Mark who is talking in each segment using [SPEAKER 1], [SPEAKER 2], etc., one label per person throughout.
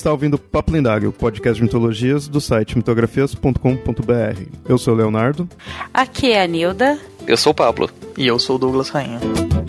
[SPEAKER 1] está ouvindo Papo Lendário, o podcast de mitologias do site mitografias.com.br. Eu sou o Leonardo.
[SPEAKER 2] Aqui é a Nilda.
[SPEAKER 3] Eu sou o Pablo.
[SPEAKER 4] E eu sou o Douglas Rainha.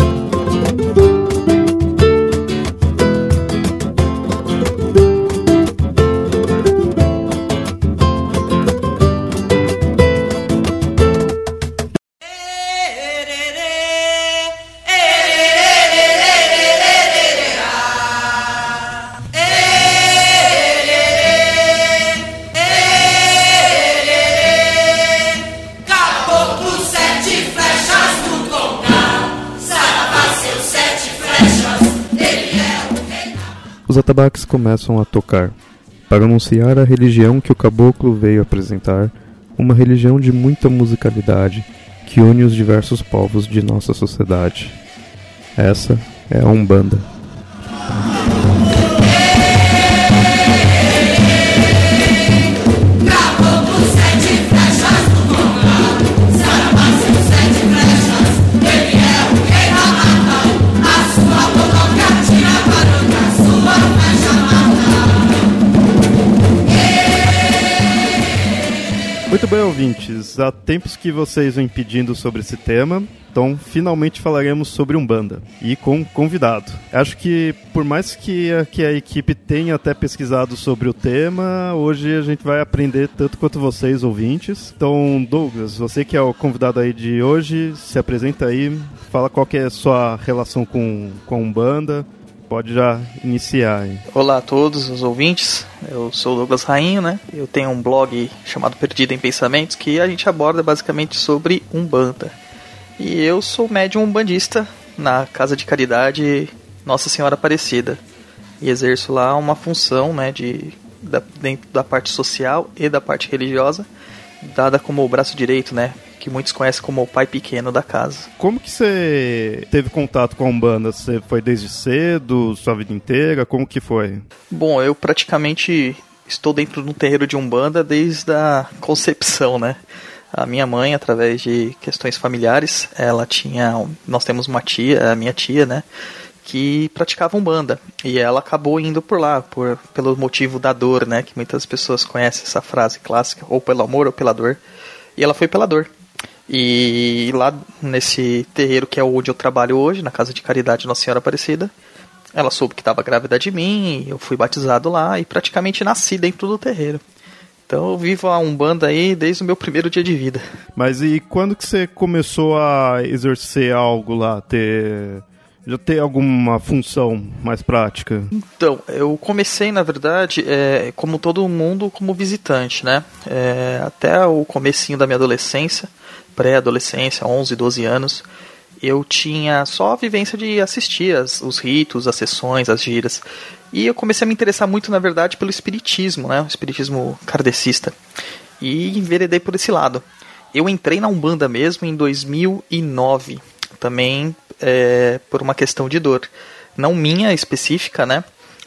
[SPEAKER 1] Os atabaques começam a tocar, para anunciar a religião que o caboclo veio apresentar, uma religião de muita musicalidade, que une os diversos povos de nossa sociedade. Essa é a Umbanda. Muito bem, ouvintes, há tempos que vocês vêm pedindo sobre esse tema, então finalmente falaremos sobre Umbanda, e com um convidado. Acho que por mais que a equipe tenha até pesquisado sobre o tema, hoje a gente vai aprender tanto quanto vocês, ouvintes. Então, Douglas, você que é o convidado aí de hoje, se apresenta aí, fala qual que é a sua relação com a Umbanda. Pode já iniciar aí.
[SPEAKER 4] Olá a todos os ouvintes, eu sou o Douglas Rainho, né? Eu tenho um blog chamado Perdido em Pensamentos, que a gente aborda basicamente sobre Umbanda. E eu sou médium umbandista na Casa de Caridade Nossa Senhora Aparecida. E exerço lá uma função, né, dentro da parte social e da parte religiosa, dada como o braço direito, né? Que muitos conhecem como o pai pequeno da casa.
[SPEAKER 1] Como que você teve contato com a Umbanda? Você foi desde cedo, sua vida inteira? Como que foi?
[SPEAKER 4] Bom, eu praticamente estou dentro de um terreiro de Umbanda desde a concepção, né? A minha mãe, através de questões familiares, nós temos uma tia, a minha tia, né? Que praticava Umbanda. E ela acabou indo por lá, pelo motivo da dor, né? Que muitas pessoas conhecem essa frase clássica, ou pelo amor ou pela dor. E ela foi pela dor. E lá nesse terreiro que é onde eu trabalho hoje, na Casa de Caridade Nossa Senhora Aparecida, ela soube que estava grávida de mim, eu fui batizado lá e praticamente nasci dentro do terreiro. Então eu vivo a Umbanda aí desde o meu primeiro dia de vida.
[SPEAKER 1] Mas e quando que você começou a exercer algo lá, já ter alguma função mais prática?
[SPEAKER 4] Então, eu comecei, na verdade, como todo mundo, como visitante, né? Até o comecinho da minha adolescência, pré-adolescência, 11, 12 anos, eu tinha só a vivência de assistir os ritos, as sessões, as giras. E eu comecei a me interessar muito, na verdade, pelo espiritismo, né? O espiritismo kardecista. E enveredei por esse lado. Eu entrei na Umbanda mesmo em 2009, também por uma questão de dor. Não minha específica, né?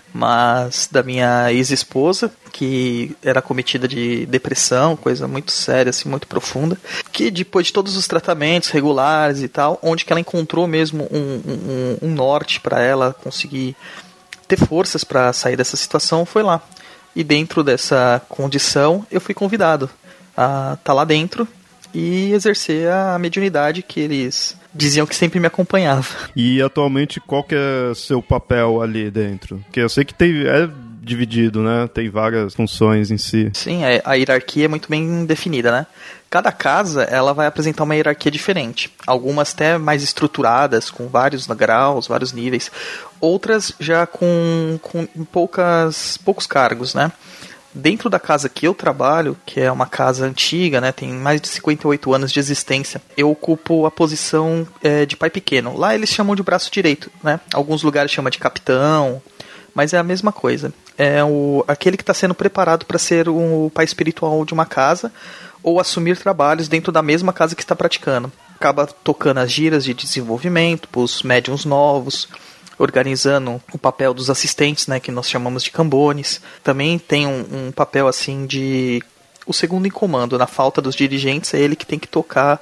[SPEAKER 4] Mas da minha ex-esposa, que era cometida de depressão, coisa muito séria, assim, muito profunda, que depois de todos os tratamentos regulares e tal, onde que ela encontrou mesmo um norte para ela conseguir ter forças para sair dessa situação, foi lá. E dentro dessa condição, eu fui convidado a estar lá dentro e exercer a mediunidade que eles diziam que sempre me acompanhava.
[SPEAKER 1] E atualmente qual que é seu papel ali dentro? Porque eu sei que é dividido, né? Tem várias funções em si.
[SPEAKER 4] Sim, a hierarquia é muito bem definida, né? Cada casa, ela vai apresentar uma hierarquia diferente. Algumas até mais estruturadas, com vários graus, vários níveis. Outras já com poucos cargos, né? Dentro da casa que eu trabalho, que é uma casa antiga, né, tem mais de 58 anos de existência, eu ocupo a posição de pai pequeno. Lá eles chamam de braço direito, né? Alguns lugares chamam de capitão, mas é a mesma coisa. É aquele que está sendo preparado para ser o pai espiritual de uma casa ou assumir trabalhos dentro da mesma casa que está praticando. Acaba tocando as giras de desenvolvimento para os médiuns novos, organizando o papel dos assistentes, né, que nós chamamos de cambones. Também tem um papel assim de o segundo em comando. Na falta dos dirigentes, é ele que tem que tocar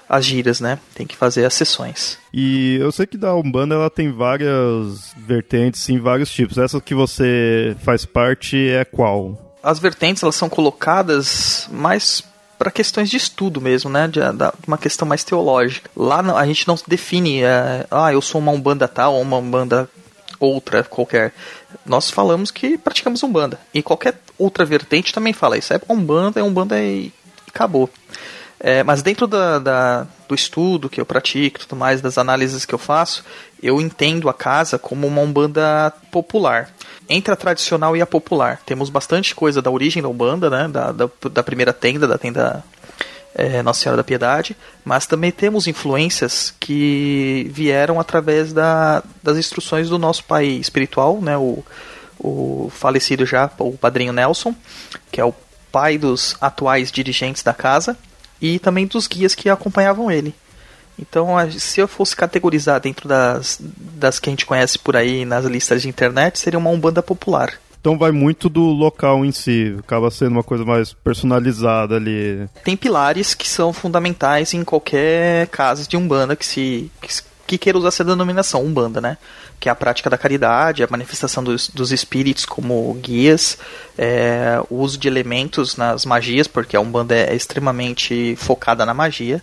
[SPEAKER 4] as giras, né? Tem que fazer as sessões.
[SPEAKER 1] E eu sei que da Umbanda ela tem várias vertentes, sim, vários tipos. Essa que você faz parte é qual?
[SPEAKER 4] As vertentes, elas são colocadas mais para questões de estudo mesmo, né? De uma questão mais teológica. Lá a gente não define, eu sou uma Umbanda tal ou uma Umbanda outra qualquer. Nós falamos que praticamos Umbanda. E qualquer outra vertente também fala isso. É Umbanda e acabou. Mas dentro do estudo que eu pratico, tudo mais, das análises que eu faço, eu entendo a casa como uma Umbanda popular. Entre a tradicional e a popular. Temos bastante coisa da origem da Umbanda, né? Da primeira tenda, da tenda Nossa Senhora da Piedade, mas também temos influências que vieram através das instruções do nosso pai espiritual, né? O falecido já, o Padrinho Nelson, que é o pai dos atuais dirigentes da casa, e também dos guias que acompanhavam ele. Então, se eu fosse categorizar dentro das que a gente conhece por aí nas listas de internet, seria uma Umbanda popular.
[SPEAKER 1] Então vai muito do local em si, acaba sendo uma coisa mais personalizada ali.
[SPEAKER 4] Tem pilares que são fundamentais em qualquer casa de Umbanda que queira usar essa denominação, Umbanda, né? Que é a prática da caridade, a manifestação dos espíritos como guias, o uso de elementos nas magias, porque a Umbanda é extremamente focada na magia,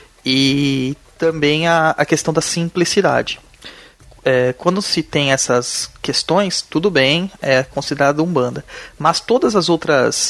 [SPEAKER 4] e também a questão da simplicidade. Quando se tem essas questões, tudo bem, é considerado Umbanda. Mas todas as outras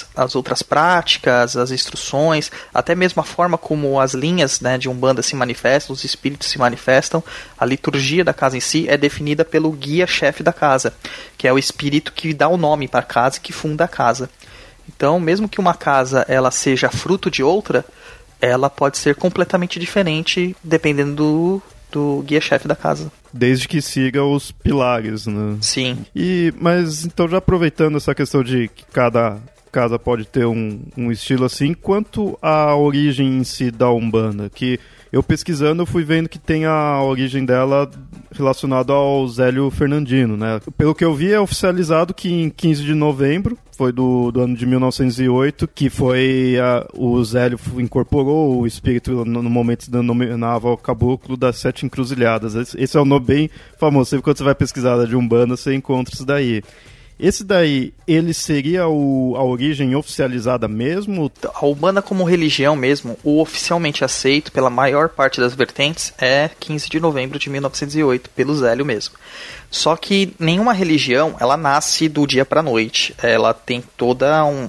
[SPEAKER 4] práticas, as instruções, até mesmo a forma como as linhas, né, de Umbanda se manifestam, os espíritos se manifestam, a liturgia da casa em si é definida pelo guia-chefe da casa, que é o espírito que dá o nome para a casa e que funda a casa. Então, mesmo que uma casa ela seja fruto de outra, ela pode ser completamente diferente dependendo do guia-chefe da casa.
[SPEAKER 1] Desde que siga os pilares, né?
[SPEAKER 4] Sim.
[SPEAKER 1] Mas então, já aproveitando essa questão de que cada casa pode ter um estilo assim, quanto à origem em si da Umbanda, que eu pesquisando eu fui vendo que tem a origem dela relacionada ao Zélio Fernandino, né? Pelo que eu vi é oficializado que em 15 de novembro, foi do ano de 1908, que foi o Zélio incorporou o espírito no momento que denominava o Caboclo das Sete Encruzilhadas. Esse é um nome bem famoso, sempre quando você vai pesquisar de Umbanda você encontra isso daí. Esse daí, ele seria a origem oficializada mesmo?
[SPEAKER 4] A Umbanda como religião mesmo, o oficialmente aceito pela maior parte das vertentes é 15 de novembro de 1908, pelo Zélio mesmo. Só que nenhuma religião, ela nasce do dia para a noite. Ela tem todo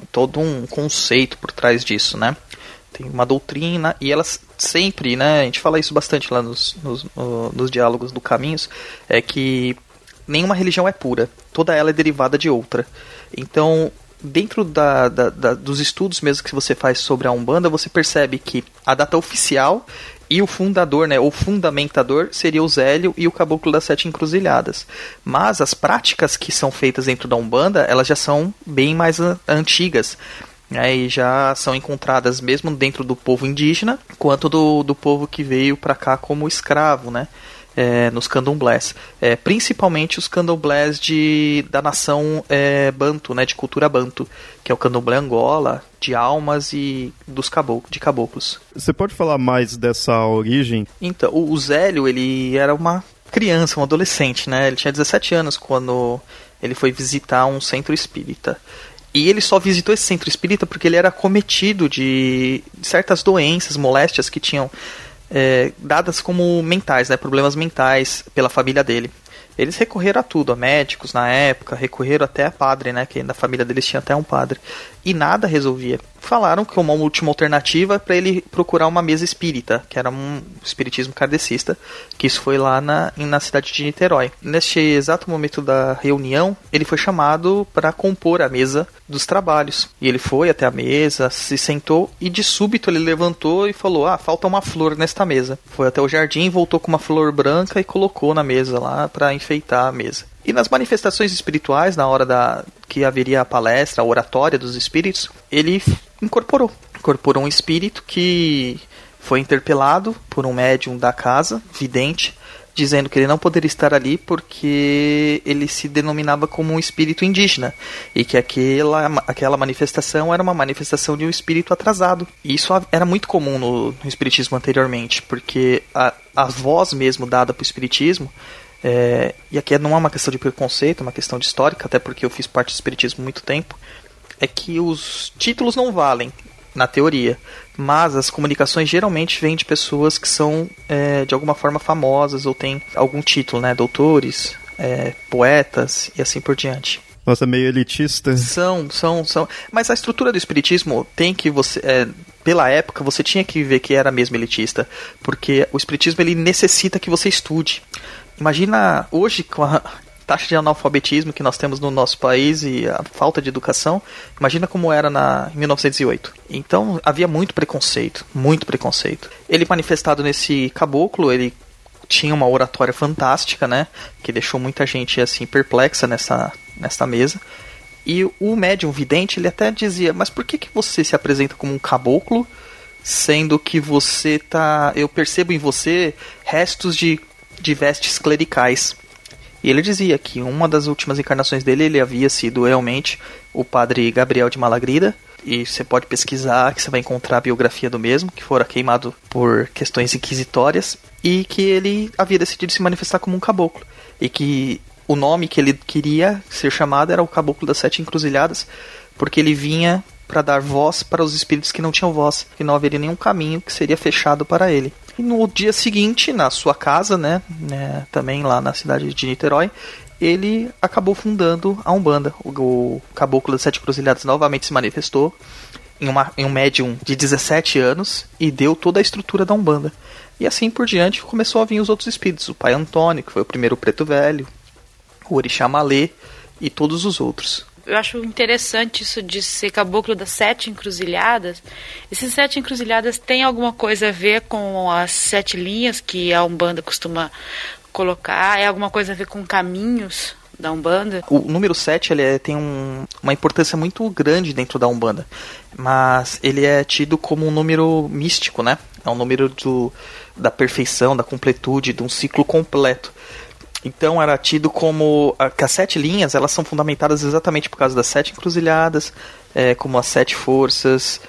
[SPEAKER 4] um conceito por trás disso, né? Tem uma doutrina e elas sempre, né? A gente fala isso bastante lá nos diálogos do Caminhos, é que nenhuma religião é pura, toda ela é derivada de outra. Então, dentro dos estudos mesmo que você faz sobre a Umbanda, você percebe que a data oficial e o fundador, né, o fundamentador, seria o Zélio e o Caboclo das Sete Encruzilhadas. Mas as práticas que são feitas dentro da Umbanda, elas já são bem mais antigas, né, e já são encontradas mesmo dentro do povo indígena, quanto do povo que veio para cá como escravo, né? Nos candomblés, principalmente os candomblés da nação Banto, né, de cultura Banto, que é o candomblé Angola, de almas e de caboclos.
[SPEAKER 1] Você pode falar mais dessa origem?
[SPEAKER 4] Então, o Zélio, ele era uma criança, um adolescente, né? Ele tinha 17 anos quando ele foi visitar um centro espírita. E ele só visitou esse centro espírita porque ele era acometido de certas doenças, moléstias que tinham dadas como mentais, né, problemas mentais pela família dele. Eles recorreram a tudo, a médicos na época, recorreram até a padre, né, que na família deles tinha até um padre, e nada resolvia. Falaram que uma última alternativa é para ele procurar uma mesa espírita, que era um espiritismo kardecista, que isso foi lá na cidade de Niterói. Neste exato momento da reunião, ele foi chamado para compor a mesa dos trabalhos. E ele foi até a mesa, se sentou e de súbito ele levantou e falou: falta uma flor nesta mesa. Foi até o jardim, voltou com uma flor branca e colocou na mesa lá para enfeitar a mesa. E nas manifestações espirituais, na hora que haveria a palestra, a oratória dos espíritos, ele incorporou um espírito que foi interpelado por um médium da casa, vidente, dizendo que ele não poderia estar ali porque ele se denominava como um espírito indígena e que aquela manifestação era uma manifestação de um espírito atrasado. E isso era muito comum no espiritismo anteriormente, porque a voz mesmo dada para o espiritismo, e aqui não é uma questão de preconceito, é uma questão de histórica, até porque eu fiz parte do espiritismo há muito tempo, é que os títulos não valem na teoria, mas as comunicações geralmente vêm de pessoas que são de alguma forma famosas ou têm algum título, né? Doutores, poetas e assim por diante.
[SPEAKER 1] Nossa, meio elitista.
[SPEAKER 4] São. Mas a estrutura do espiritismo tem que você... pela época, você tinha que ver que era mesmo elitista, porque o espiritismo ele necessita que você estude. Imagina hoje com a taxa de analfabetismo que nós temos no nosso país e a falta de educação, imagina como era em 1908. Então havia muito preconceito. Ele manifestado nesse caboclo, ele tinha uma oratória fantástica, né, que deixou muita gente assim perplexa nessa mesa. E o médium vidente, ele até dizia, mas por que você se apresenta como um caboclo, sendo que eu percebo em você restos de vestes clericais? E ele dizia que uma das últimas encarnações dele, ele havia sido realmente o padre Gabriel de Malagrida, e você pode pesquisar que você vai encontrar a biografia do mesmo, que fora queimado por questões inquisitórias, e que ele havia decidido se manifestar como um caboclo, e que o nome que ele queria ser chamado era o Caboclo das Sete Encruzilhadas, porque ele vinha para dar voz para os espíritos que não tinham voz, que não haveria nenhum caminho que seria fechado para ele. E no dia seguinte, na sua casa, também lá na cidade de Niterói, ele acabou fundando a Umbanda. O Caboclo das Sete Encruzilhadas novamente se manifestou em um médium de 17 anos e deu toda a estrutura da Umbanda. E assim por diante começou a vir os outros espíritos. O Pai Antônio, que foi o primeiro preto velho, o Orixá Malê e todos os outros.
[SPEAKER 2] Eu acho interessante isso de ser caboclo das sete encruzilhadas. Essas sete encruzilhadas têm alguma coisa a ver com as 7 linhas que a Umbanda costuma colocar? É alguma coisa a ver com caminhos da Umbanda?
[SPEAKER 4] O número 7 ele tem uma importância muito grande dentro da Umbanda, mas ele é tido como um número místico, né? É um número da perfeição, da completude, de um ciclo completo. Então era tido como que as 7 linhas elas são fundamentadas exatamente por causa das 7 encruzilhadas, como as 7 forças,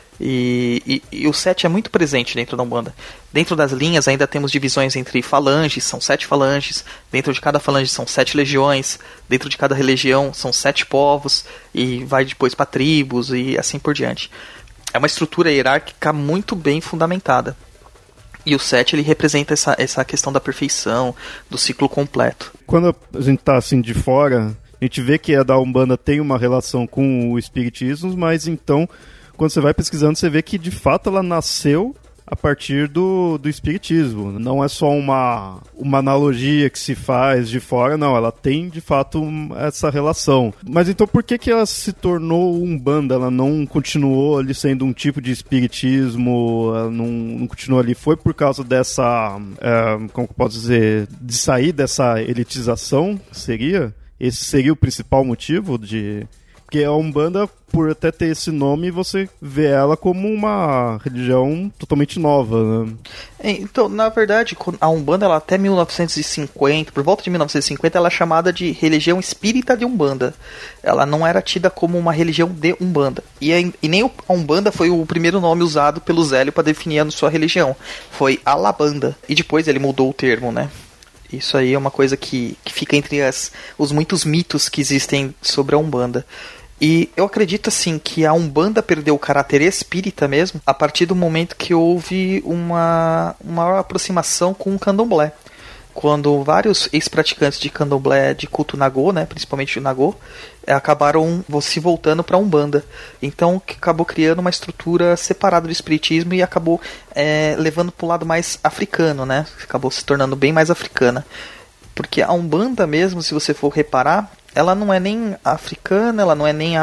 [SPEAKER 4] e o 7 é muito presente dentro da Umbanda. Dentro das linhas ainda temos divisões entre falanges, são 7 falanges, dentro de cada falange são 7 legiões, dentro de cada religião são 7 povos, e vai depois para tribos e assim por diante. É uma estrutura hierárquica muito bem fundamentada. E o 7 ele representa essa questão da perfeição, do ciclo completo.
[SPEAKER 1] Quando a gente está assim de fora, a gente vê que a da Umbanda tem uma relação com o espiritismo, mas então, quando você vai pesquisando, você vê que de fato ela nasceu a partir do espiritismo. Não é só uma analogia que se faz de fora, não, ela tem de fato essa relação. Mas então por que ela se tornou Umbanda? Ela não continuou ali sendo um tipo de espiritismo, ela não continuou ali? Foi por causa dessa, como que eu posso dizer, de sair dessa elitização? Esse seria o principal motivo de... Porque a Umbanda, por até ter esse nome, você vê ela como uma religião totalmente nova, né?
[SPEAKER 4] Então, na verdade, a Umbanda, ela até 1950, por volta de 1950, ela é chamada de religião espírita de Umbanda. Ela não era tida como uma religião de Umbanda. E nem a Umbanda foi o primeiro nome usado pelo Zélio para definir a sua religião. Foi Alabanda. E depois ele mudou o termo, né? Isso aí é uma coisa que fica entre os muitos mitos que existem sobre a Umbanda. E eu acredito assim que a Umbanda perdeu o caráter espírita mesmo a partir do momento que houve uma maior aproximação com o candomblé. Quando vários ex-praticantes de candomblé de culto Nagô, né, principalmente o Nagô, acabaram se voltando para a Umbanda. Então acabou criando uma estrutura separada do espiritismo e acabou levando para o lado mais africano, né? Acabou se tornando bem mais africana. Porque a Umbanda mesmo, se você for reparar, ela não é nem africana, ela não é nem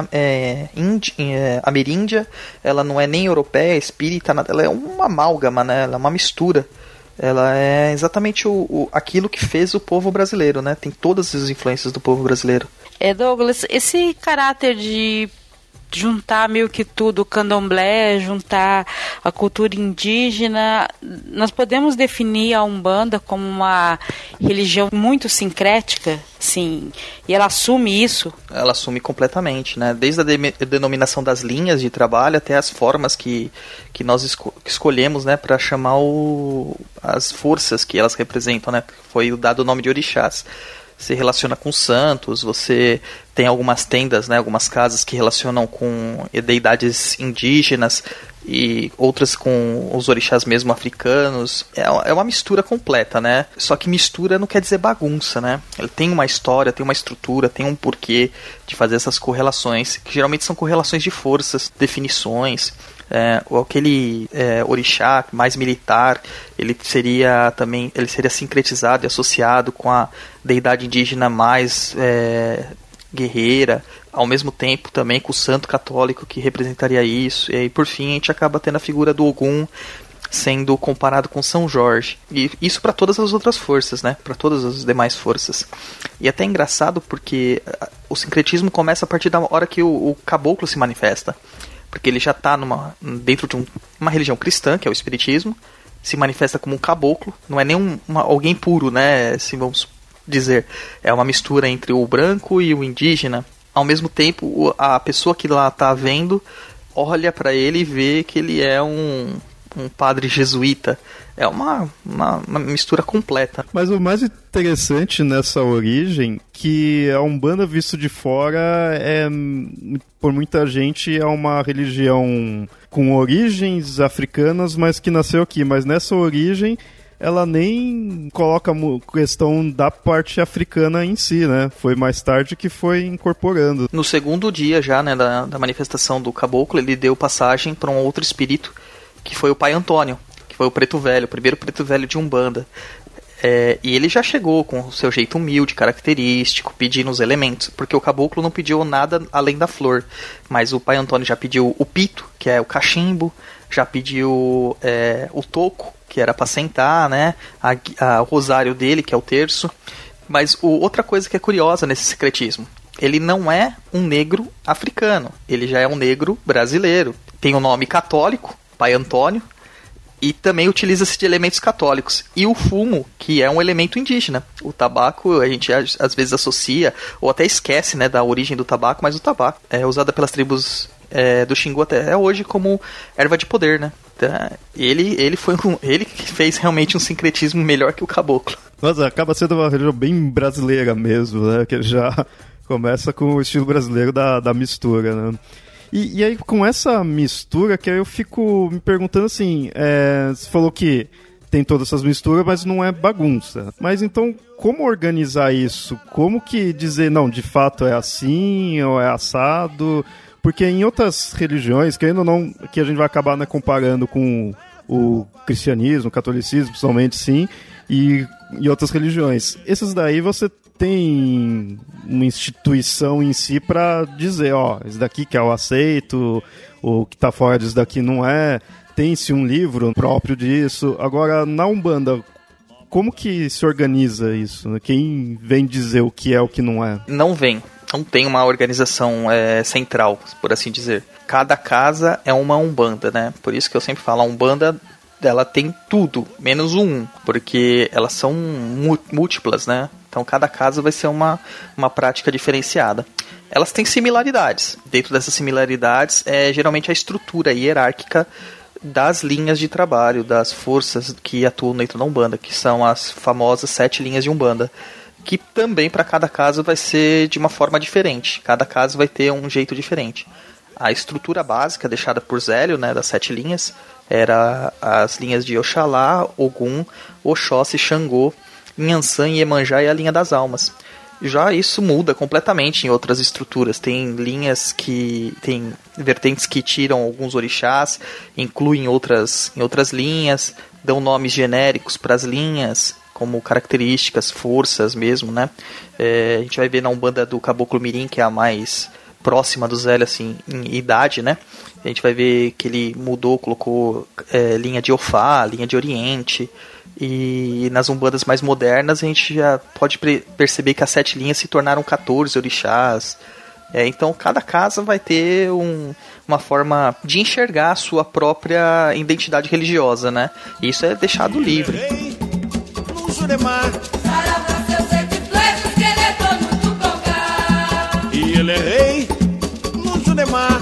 [SPEAKER 4] ameríndia, ela não é nem europeia, espírita, ela é uma amálgama, né? Ela é uma mistura. Ela é exatamente aquilo que fez o povo brasileiro, né? Tem todas as influências do povo brasileiro.
[SPEAKER 2] Douglas, esse caráter de juntar meio que tudo, o candomblé, juntar a cultura indígena. Nós podemos definir a Umbanda como uma religião muito sincrética, sim, e ela assume isso?
[SPEAKER 4] Ela assume completamente, né? Desde a denominação das linhas de trabalho até as formas que nós escolhemos, né, para chamar as forças que elas representam, né? Foi dado o nome de orixás. Se relaciona com santos, você tem algumas tendas, né, algumas casas que relacionam com deidades indígenas e outras com os orixás mesmo africanos. É uma mistura completa, né? Só que mistura não quer dizer bagunça, né? Ele tem uma história, tem uma estrutura, tem um porquê de fazer essas correlações, que geralmente são correlações de forças, definições. Aquele orixá mais militar, ele seria sincretizado e associado com a deidade indígena mais guerreira, ao mesmo tempo também com o santo católico que representaria isso, e aí por fim a gente acaba tendo a figura do Ogum sendo comparado com São Jorge, e isso para todas as outras forças, né? Para todas as demais forças. E até é engraçado porque o sincretismo começa a partir da hora que o caboclo se manifesta, porque ele já está dentro de uma religião cristã, que é o espiritismo, se manifesta como um caboclo, não é nem alguém puro, né, assim vamos dizer, é uma mistura entre o branco e o indígena. Ao mesmo tempo, a pessoa que lá está vendo, olha para ele e vê que ele é um padre jesuíta. É uma mistura completa.
[SPEAKER 1] Mas o mais interessante nessa origem, que a Umbanda visto de fora, por muita gente, é uma religião com origens africanas, mas que nasceu aqui. Mas nessa origem, ela nem coloca a questão da parte africana em si, né? Foi mais tarde que foi incorporando.
[SPEAKER 4] No segundo dia já, né, da manifestação do caboclo, ele deu passagem para um outro espírito, que foi o Pai Antônio, que foi o preto velho, o primeiro preto velho de Umbanda. E ele já chegou com o seu jeito humilde, característico, pedindo os elementos, porque o caboclo não pediu nada além da flor, mas o Pai Antônio já pediu o pito, que é o cachimbo, já pediu o toco, que era para sentar, né, o rosário dele, que é o terço. Mas outra coisa que é curiosa nesse secretismo, ele não é um negro africano, ele já é um negro brasileiro. Tem o nome católico, Pai Antônio, e também utiliza-se de elementos católicos. E o fumo, que é um elemento indígena. O tabaco, a gente às vezes associa, ou até esquece, né, da origem do tabaco, mas o tabaco é usado pelas tribos do Xingu até hoje como erva de poder, né? Então, ele que fez realmente um sincretismo melhor que o caboclo.
[SPEAKER 1] Nossa, acaba sendo uma religião bem brasileira mesmo, né? Que já começa com o estilo brasileiro da mistura, né? E aí, com essa mistura, que aí eu fico me perguntando assim, você falou que tem todas essas misturas, mas não é bagunça. Mas então, como organizar isso? Como que dizer, não, de fato é assim, ou é assado? Porque em outras religiões, querendo ou não, que a gente vai acabar, né, comparando com o cristianismo, o catolicismo, principalmente, sim, e outras religiões. Esses daí você tem uma instituição em si para dizer, ó, esse daqui que é o aceito, o que tá fora disso daqui não é, tem-se um livro próprio disso. Agora, na Umbanda, como que se organiza isso? Quem vem dizer o que é o que não é?
[SPEAKER 4] Não tem uma organização central, por assim dizer. Cada casa é uma Umbanda, né? Por isso que eu sempre falo, a Umbanda, ela tem tudo, menos porque elas são múltiplas, né? Então cada casa vai ser uma prática diferenciada. Elas têm similaridades. Dentro dessas similaridades, geralmente a estrutura hierárquica das linhas de trabalho, das forças que atuam dentro da Umbanda, que são as famosas 7 linhas de Umbanda, que também para cada casa vai ser de uma forma diferente. Cada casa vai ter um jeito diferente. A estrutura básica deixada por Zélio, né, das 7 linhas, era as linhas de Oxalá, Ogum, Oxóssi, Xangô, Inhansã, Iemanjá e a linha das almas. Já isso muda completamente em outras estruturas. Tem linhas tem vertentes que tiram alguns orixás, incluem outras linhas, dão nomes genéricos para as linhas, como características, forças mesmo, né? A gente vai ver na Umbanda do Caboclo Mirim, que é a mais próxima do Zélio, assim, em idade, né? A gente vai ver que ele mudou, colocou linha de Ofá, linha de Oriente. E nas Umbandas mais modernas a gente já pode perceber que as 7 linhas se tornaram 14 orixás. Então cada casa vai ter uma forma de enxergar a sua própria identidade religiosa, né? E isso é deixado livre.
[SPEAKER 3] E ele é rei no Jurema.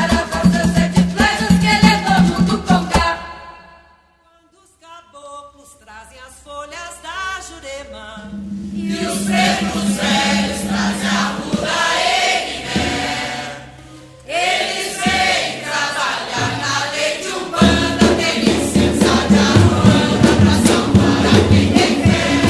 [SPEAKER 3] Quando os caboclos trazem as folhas da Jurema e os pretos velhos trazem a muda Egné, eles vêm trabalhar na lei de Umbanda, tem licença de Aruanda pra salvar a quem tem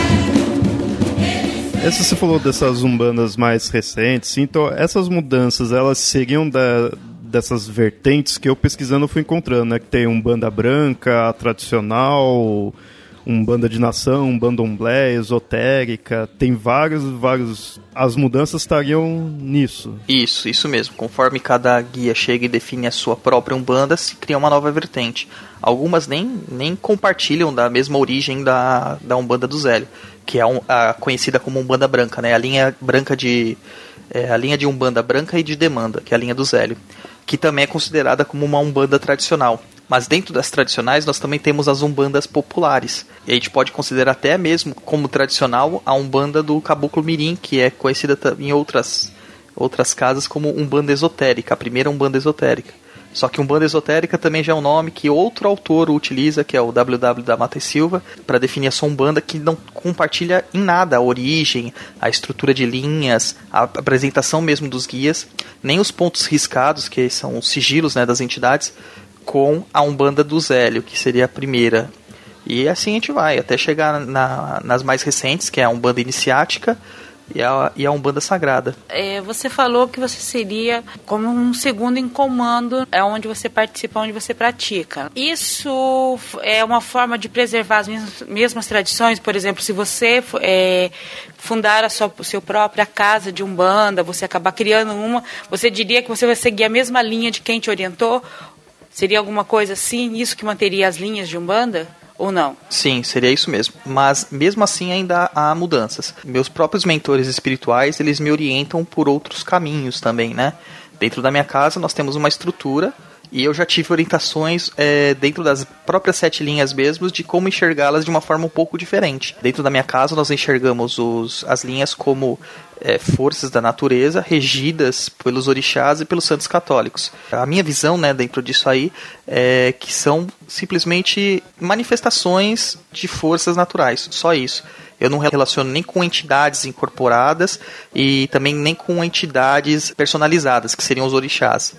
[SPEAKER 3] fé.
[SPEAKER 1] Essa você falou dessas umbandas mais recentes, então essas mudanças, elas seriam dessas vertentes que eu pesquisando fui encontrando, né? Que tem umbanda branca, a tradicional, umbanda de nação, umbanda esotérica, tem vários... As mudanças estariam nisso.
[SPEAKER 4] Isso mesmo. Conforme cada guia chega e define a sua própria umbanda, se cria uma nova vertente. Algumas nem compartilham da mesma origem da umbanda do Zélio, que é a conhecida como umbanda branca, né? A linha de umbanda branca e de demanda, que é a linha do Zélio, que também é considerada como uma umbanda tradicional. Mas dentro das tradicionais nós também temos as umbandas populares. E a gente pode considerar até mesmo como tradicional a umbanda do Caboclo Mirim, que é conhecida em outras casas como umbanda esotérica, a primeira umbanda esotérica. Só que umbanda esotérica também já é um nome que outro autor utiliza, que é o W.W. da Mata e Silva, para definir a sua umbanda, que não compartilha em nada a origem, a estrutura de linhas, a apresentação mesmo dos guias, nem os pontos riscados, que são os sigilos, né, das entidades, com a umbanda do Zélio, que seria a primeira. E assim a gente vai, até chegar nas mais recentes, que é a umbanda iniciática e a umbanda sagrada.
[SPEAKER 2] Você falou que você seria como um segundo em comando, é onde você participa, onde você pratica. Isso é uma forma de preservar as mesmas tradições? Por exemplo, se você fundar a sua própria casa de umbanda, você acabar criando uma, você diria que você vai seguir a mesma linha de quem te orientou? Seria alguma coisa assim, isso que manteria as linhas de umbanda? Ou não?
[SPEAKER 4] Sim, seria isso mesmo. Mas mesmo assim ainda há mudanças. Meus próprios mentores espirituais, eles me orientam por outros caminhos também, né? Dentro da minha casa nós temos uma estrutura e eu já tive orientações dentro das próprias 7 linhas mesmo de como enxergá-las de uma forma um pouco diferente. Dentro da minha casa nós enxergamos as linhas como forças da natureza regidas pelos orixás e pelos santos católicos. A minha visão, né, dentro disso aí é que são simplesmente manifestações de forças naturais, só isso. Eu não relaciono nem com entidades incorporadas e também nem com entidades personalizadas, que seriam os orixás.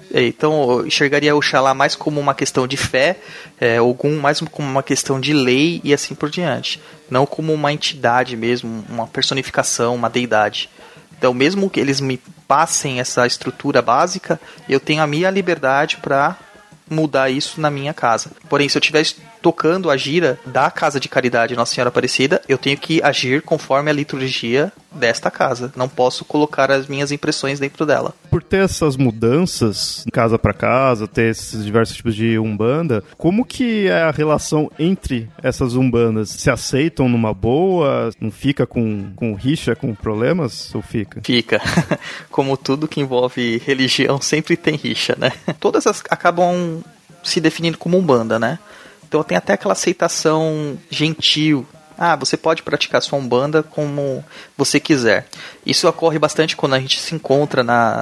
[SPEAKER 4] Então eu enxergaria o Oxalá mais como uma questão de fé, Ogum mais como uma questão de lei e assim por diante. Não como uma entidade mesmo, uma personificação, uma deidade. Então mesmo que eles me passem essa estrutura básica, eu tenho a minha liberdade para mudar isso na minha casa. Porém, se eu estiver tocando a gira da Casa de Caridade Nossa Senhora Aparecida, eu tenho que agir conforme a liturgia desta casa. Não posso colocar as minhas impressões dentro dela.
[SPEAKER 1] Por ter essas mudanças, casa para casa, ter esses diversos tipos de umbanda, como que é a relação entre essas umbandas? Se aceitam numa boa? Não fica com rixa, com problemas? Ou fica?
[SPEAKER 4] Fica. Como tudo que envolve religião, sempre tem rixa, né? Todas acabam se definindo como umbanda, né? Então tem até aquela aceitação gentil. Você pode praticar sua umbanda como você quiser. Isso ocorre bastante quando a gente se encontra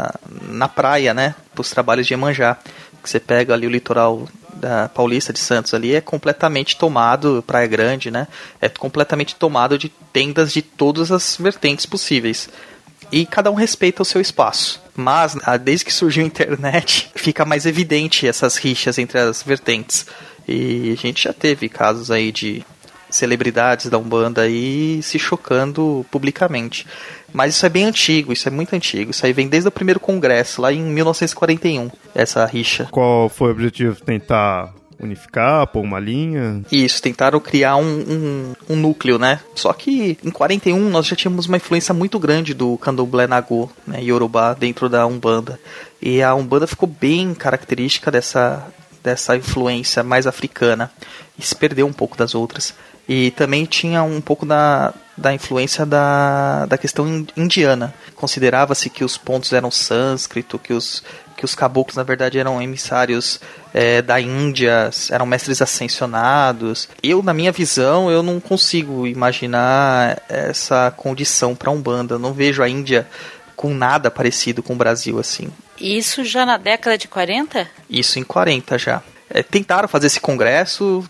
[SPEAKER 4] na praia, né? Para os trabalhos de Iemanjá. Que você pega ali o litoral da Paulista de Santos ali, é completamente tomado, Praia Grande, né? É completamente tomado de tendas de todas as vertentes possíveis. E cada um respeita o seu espaço. Mas, desde que surgiu a internet, fica mais evidente essas rixas entre as vertentes. E a gente já teve casos aí de celebridades da Umbanda aí se chocando publicamente. Mas isso é bem antigo, isso é muito antigo. Isso aí vem desde o primeiro congresso, lá em 1941, essa rixa.
[SPEAKER 1] Qual foi o objetivo? Tentar unificar, pôr uma linha?
[SPEAKER 4] Isso, tentaram criar um núcleo, né? Só que em 41 nós já tínhamos uma influência muito grande do Candomblé Nagô, né, Yorubá, dentro da Umbanda. E a Umbanda ficou bem característica dessa influência mais africana e se perdeu um pouco das outras. E também tinha um pouco da influência da questão indiana. Considerava-se que os pontos eram sânscrito, que os caboclos na verdade eram emissários da Índia, eram mestres ascensionados. Na minha visão, eu não consigo imaginar essa condição para a Umbanda. Eu não vejo a Índia com nada parecido com o Brasil assim.
[SPEAKER 2] Isso já na década de 40?
[SPEAKER 4] Isso em 40 já. Tentaram fazer esse congresso,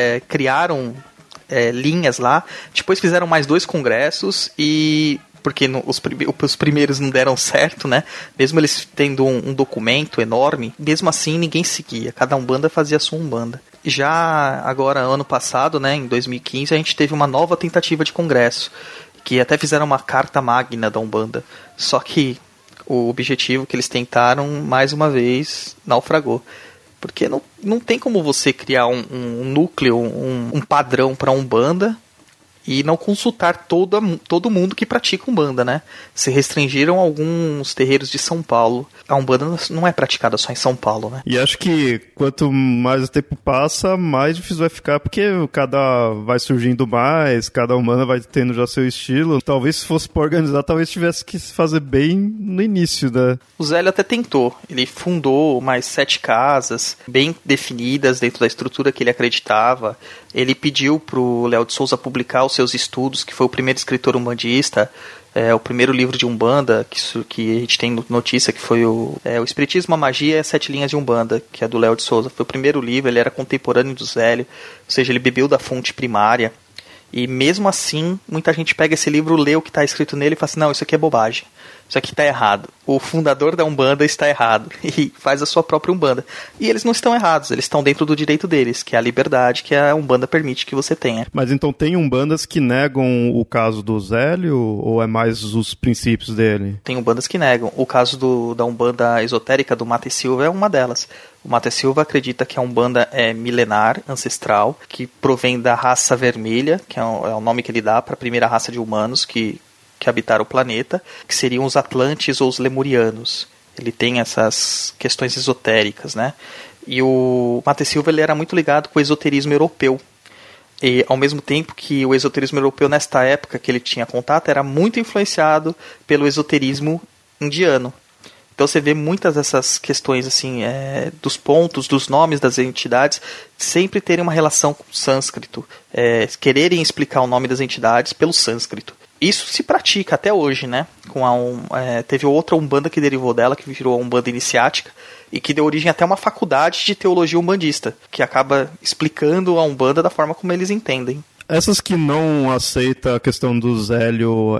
[SPEAKER 4] criaram linhas lá, depois fizeram mais 2 congressos e porque os primeiros não deram certo, né? Mesmo eles tendo um documento enorme, mesmo assim ninguém seguia, cada Umbanda fazia a sua Umbanda. Já agora, ano passado, né, em 2015, a gente teve uma nova tentativa de congresso, que até fizeram uma carta magna da Umbanda, só que o objetivo que eles tentaram, mais uma vez, naufragou. Porque não tem como você criar um núcleo, um padrão para Umbanda e não consultar todo mundo que pratica Umbanda, né? Se restringiram alguns terreiros de São Paulo. A Umbanda não é praticada só em São Paulo, né?
[SPEAKER 1] E acho que quanto mais o tempo passa, mais difícil vai ficar, porque cada vai surgindo mais, cada Umbanda vai tendo já seu estilo. Talvez se fosse para organizar, talvez tivesse que se fazer bem no início, né?
[SPEAKER 4] O Zélio até tentou. Ele fundou mais 7 casas, bem definidas dentro da estrutura que ele acreditava. Ele pediu pro Léo de Souza publicar os seus estudos, que foi o primeiro escritor umbandista, o primeiro livro de Umbanda, que a gente tem notícia, que foi o Espiritismo, a Magia e as 7 Linhas de Umbanda, que é do Léo de Souza. Foi o primeiro livro, ele era contemporâneo do Zélio, ou seja, ele bebeu da fonte primária. E mesmo assim, muita gente pega esse livro, lê o que está escrito nele e fala assim, não, isso aqui é bobagem, isso aqui está errado. O fundador da Umbanda está errado e faz a sua própria Umbanda. E eles não estão errados, eles estão dentro do direito deles, que é a liberdade que a Umbanda permite que você tenha.
[SPEAKER 1] Mas então tem Umbandas que negam o caso do Zélio ou é mais os princípios dele?
[SPEAKER 4] Tem Umbandas que negam. O caso da Umbanda esotérica do Mate Silva é uma delas. O Mate Silva acredita que a Umbanda é milenar, ancestral, que provém da raça vermelha, que é o nome que ele dá para a primeira raça de humanos que habitaram o planeta, que seriam os Atlantes ou os Lemurianos. Ele tem essas questões esotéricas, né? E o Mate Silva ele era muito ligado com o esoterismo europeu. E ao mesmo tempo que o esoterismo europeu, nesta época que ele tinha contato, era muito influenciado pelo esoterismo indiano. Então você vê muitas dessas questões assim, dos pontos, dos nomes das entidades, sempre terem uma relação com o sânscrito, quererem explicar o nome das entidades pelo sânscrito. Isso se pratica até hoje, né? Teve outra Umbanda que derivou dela, que virou a Umbanda Iniciática, e que deu origem até a uma faculdade de teologia umbandista, que acaba explicando a Umbanda da forma como eles entendem.
[SPEAKER 1] Essas que não aceitam a questão do Zélio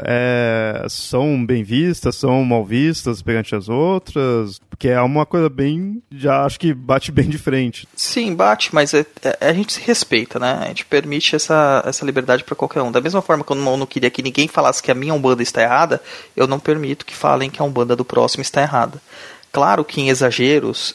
[SPEAKER 1] são bem vistas, são mal vistas perante as outras? Porque é uma coisa bem... já acho que bate bem de frente.
[SPEAKER 4] Sim, bate, mas a gente se respeita, né? A gente permite essa liberdade para qualquer um. Da mesma forma que eu não queria que ninguém falasse que a minha Umbanda está errada, eu não permito que falem que a Umbanda do próximo está errada. Claro que em exageros,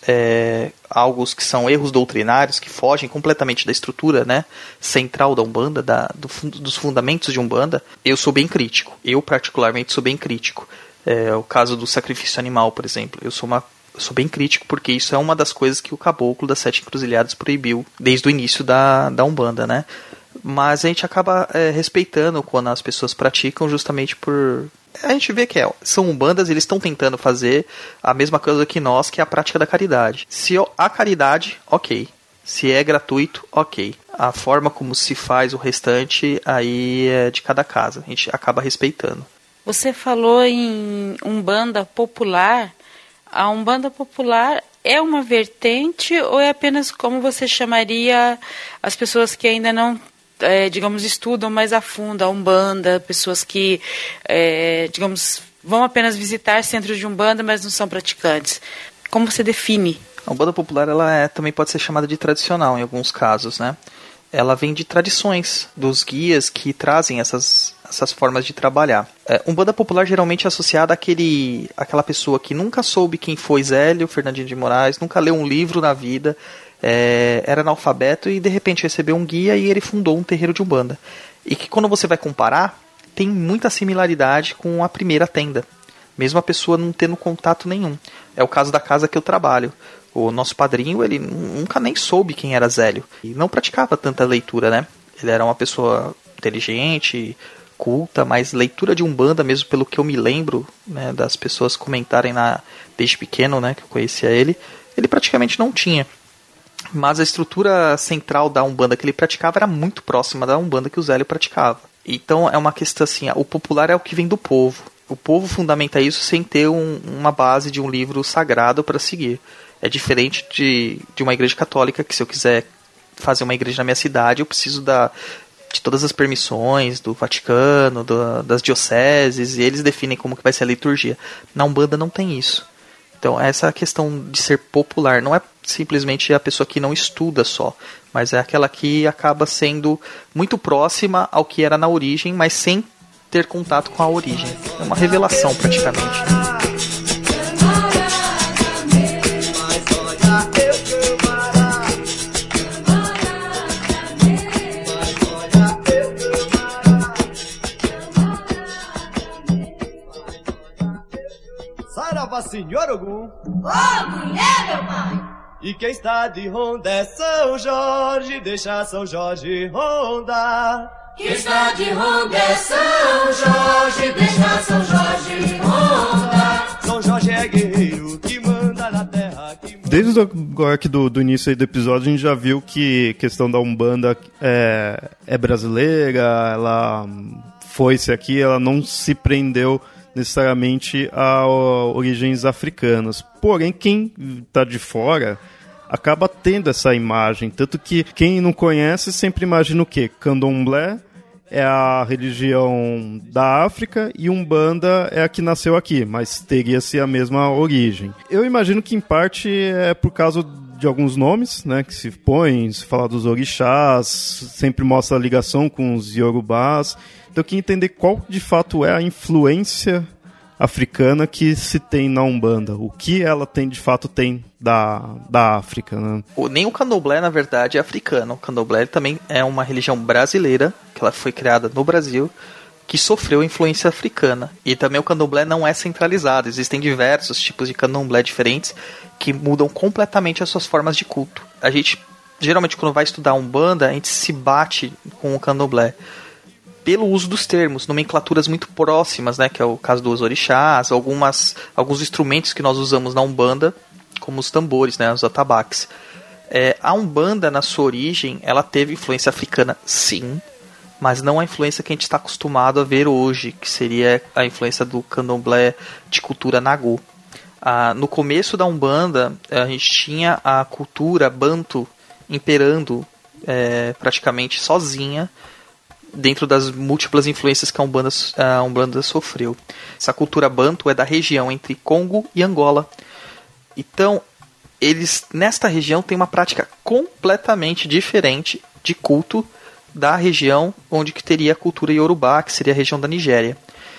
[SPEAKER 4] algo que são erros doutrinários, que fogem completamente da estrutura, né, central da Umbanda, dos fundamentos de Umbanda, eu sou bem crítico. Eu, particularmente, sou bem crítico. O caso do sacrifício animal, por exemplo. Eu sou bem crítico porque isso é uma das coisas que o caboclo das 7 encruzilhadas proibiu desde o início da Umbanda, né? Mas a gente acaba respeitando quando as pessoas praticam justamente por... A gente vê que são umbandas, eles estão tentando fazer a mesma coisa que nós, que é a prática da caridade. Se há caridade, ok. Se é gratuito, ok. A forma como se faz o restante, aí é de cada casa. A gente acaba respeitando.
[SPEAKER 2] Você falou em Umbanda popular. A Umbanda popular é uma vertente ou é apenas como você chamaria as pessoas que ainda não... digamos, estudam mais a fundo a Umbanda, pessoas que, digamos, vão apenas visitar centros de Umbanda, mas não são praticantes. Como você define?
[SPEAKER 4] A Umbanda popular ela também pode ser chamada de tradicional em alguns casos, né? Ela vem de tradições dos guias que trazem essas formas de trabalhar. Umbanda popular geralmente é associada àquela pessoa que nunca soube quem foi Zélio Fernandinho de Moraes, nunca leu um livro na vida, era analfabeto e de repente recebeu um guia e ele fundou um terreiro de Umbanda. E que quando você vai comparar, tem muita similaridade com a primeira tenda, mesmo a pessoa não tendo contato nenhum. É o caso da casa que eu trabalho. O nosso padrinho, ele nunca nem soube quem era Zélio. E não praticava tanta leitura, né? Ele era uma pessoa inteligente, culta, mas leitura de Umbanda, mesmo pelo que eu me lembro, né, das pessoas comentarem desde pequeno, né, que eu conhecia ele praticamente não tinha. Mas a estrutura central da Umbanda que ele praticava era muito próxima da Umbanda que o Zélio praticava. Então é uma questão assim, o popular é o que vem do povo. O povo fundamenta isso sem ter uma base de um livro sagrado para seguir. É diferente de uma igreja católica, que se eu quiser fazer uma igreja na minha cidade, eu preciso de todas as permissões do Vaticano, das dioceses, e eles definem como que vai ser a liturgia. Na Umbanda não tem isso. Então essa questão de ser popular não é simplesmente a pessoa que não estuda só, mas é aquela que acaba sendo muito próxima ao que era na origem, mas sem ter contato com a origem. É uma revelação praticamente.
[SPEAKER 5] Saravá, senhor Ogum.
[SPEAKER 3] Ô, mulher, meu pai!
[SPEAKER 5] E quem está de ronda é São Jorge, deixa São Jorge rondar.
[SPEAKER 3] Quem está de ronda é São Jorge, deixa São Jorge rondar.
[SPEAKER 5] São Jorge é guerreiro que manda na terra.
[SPEAKER 1] Desde agora aqui do início aí do episódio, a gente já viu que a questão da Umbanda é brasileira, ela foi-se aqui, ela não se prendeu necessariamente a origens africanas. Porém, quem está de fora acaba tendo essa imagem. Tanto que quem não conhece sempre imagina o quê? Candomblé é a religião da África e Umbanda é a que nasceu aqui, mas teria-se a mesma origem. Eu imagino que em parte é por causa de alguns nomes, né, que se põem, se fala dos orixás, sempre mostra a ligação com os iorubás. Então eu queria entender qual de fato é a influência africana que se tem na Umbanda. O que ela de fato tem da África, né?
[SPEAKER 4] Nem o candomblé, na verdade, é africano. O candomblé também é uma religião brasileira, que ela foi criada no Brasil, que sofreu influência africana. E também o candomblé não é centralizado. Existem diversos tipos de candomblé diferentes que mudam completamente as suas formas de culto. A gente, geralmente, quando vai estudar Umbanda, a gente se bate com o candomblé pelo uso dos termos, nomenclaturas muito próximas, né, que é o caso dos orixás, alguns instrumentos que nós usamos na Umbanda, como os tambores, né, os atabaques. A Umbanda, na sua origem, ela teve influência africana, sim, mas não a influência que a gente está acostumado a ver hoje, que seria a influência do candomblé de cultura nagô. No começo da Umbanda, a gente tinha a cultura banto imperando praticamente sozinha, dentro das múltiplas influências que a Umbanda sofreu. Essa cultura banto é da região entre Congo e Angola. Então, eles, nesta região, têm uma prática completamente diferente de culto da região onde que teria a cultura iorubá, que seria a região da Nigéria.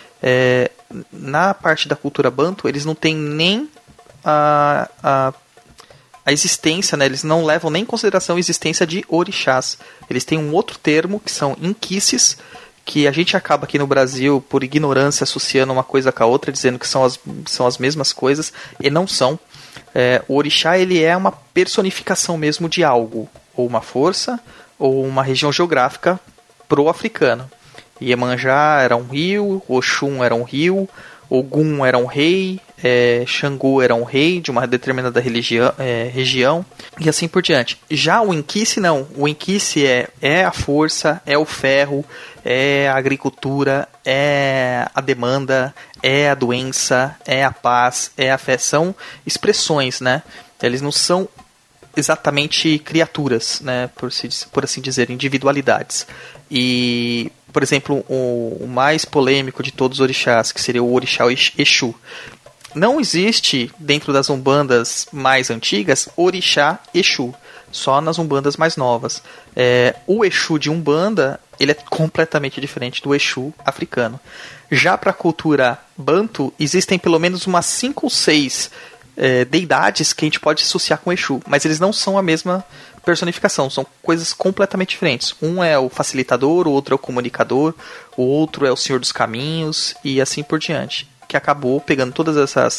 [SPEAKER 4] Na parte da cultura banto, eles não têm nem a existência, né? Eles não levam nem em consideração a existência de orixás. Eles têm um outro termo, que são inquices, que a gente acaba aqui no Brasil, por ignorância, associando uma coisa com a outra, dizendo que são as mesmas coisas, e não são. O orixá, ele é uma personificação mesmo de algo, ou uma força, ou uma região geográfica pro-africano. Iemanjá era um rio, Oxum era um rio, Ogum era um rei, Xangô era um rei de uma determinada região, e assim por diante. Já o Inquice não. O Inquice é a força, é o ferro, é a agricultura, é a demanda, é a doença, é a paz, é a fé. São expressões, né? Eles não são exatamente criaturas, né? Por assim dizer, individualidades. E, por exemplo, o mais polêmico de todos os orixás, que seria o orixá Exu. Não existe, dentro das umbandas mais antigas, orixá Exu. Só nas umbandas mais novas. O Exu de Umbanda, ele é completamente diferente do Exu africano. Já para a cultura banto, existem pelo menos umas 5 ou 6 deidades que a gente pode associar com Exu. Mas eles não são a mesma personificação, são coisas completamente diferentes. Um é o facilitador, o outro é o comunicador, o outro é o senhor dos caminhos, e assim por diante. Que acabou pegando todas essas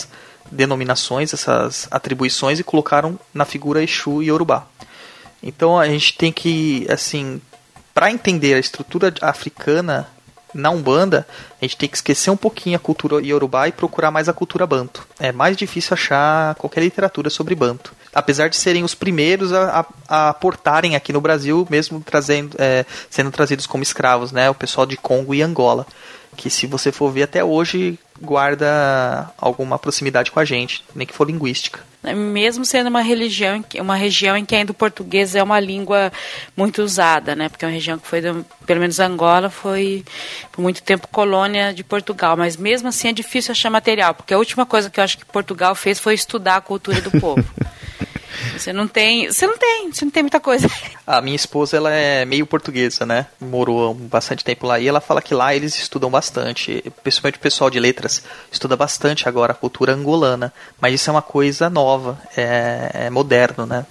[SPEAKER 4] denominações, essas atribuições e colocaram na figura Exu e Yorubá. Então a gente tem que, assim, para entender a estrutura africana na Umbanda, a gente tem que esquecer um pouquinho a cultura Yorubá e procurar mais a cultura Banto. É mais difícil achar qualquer literatura sobre Banto. Apesar de serem os primeiros a aportarem aqui no Brasil, mesmo sendo trazidos como escravos, né? O pessoal de Congo e Angola. Que se você for ver até hoje, guarda alguma proximidade com a gente, nem que for linguística.
[SPEAKER 2] Mesmo sendo uma região em que ainda o português é uma língua muito usada, né? Porque é uma região que foi, pelo menos Angola, foi por muito tempo colônia de Portugal, mas mesmo assim é difícil achar material, porque a última coisa que eu acho que Portugal fez foi estudar a cultura do povo. Você não tem muita coisa.
[SPEAKER 4] A minha esposa, ela é meio portuguesa, né? Morou bastante tempo lá e ela fala que lá eles estudam bastante, principalmente o pessoal de letras estuda bastante agora a cultura angolana, mas isso é uma coisa nova, é moderno, né?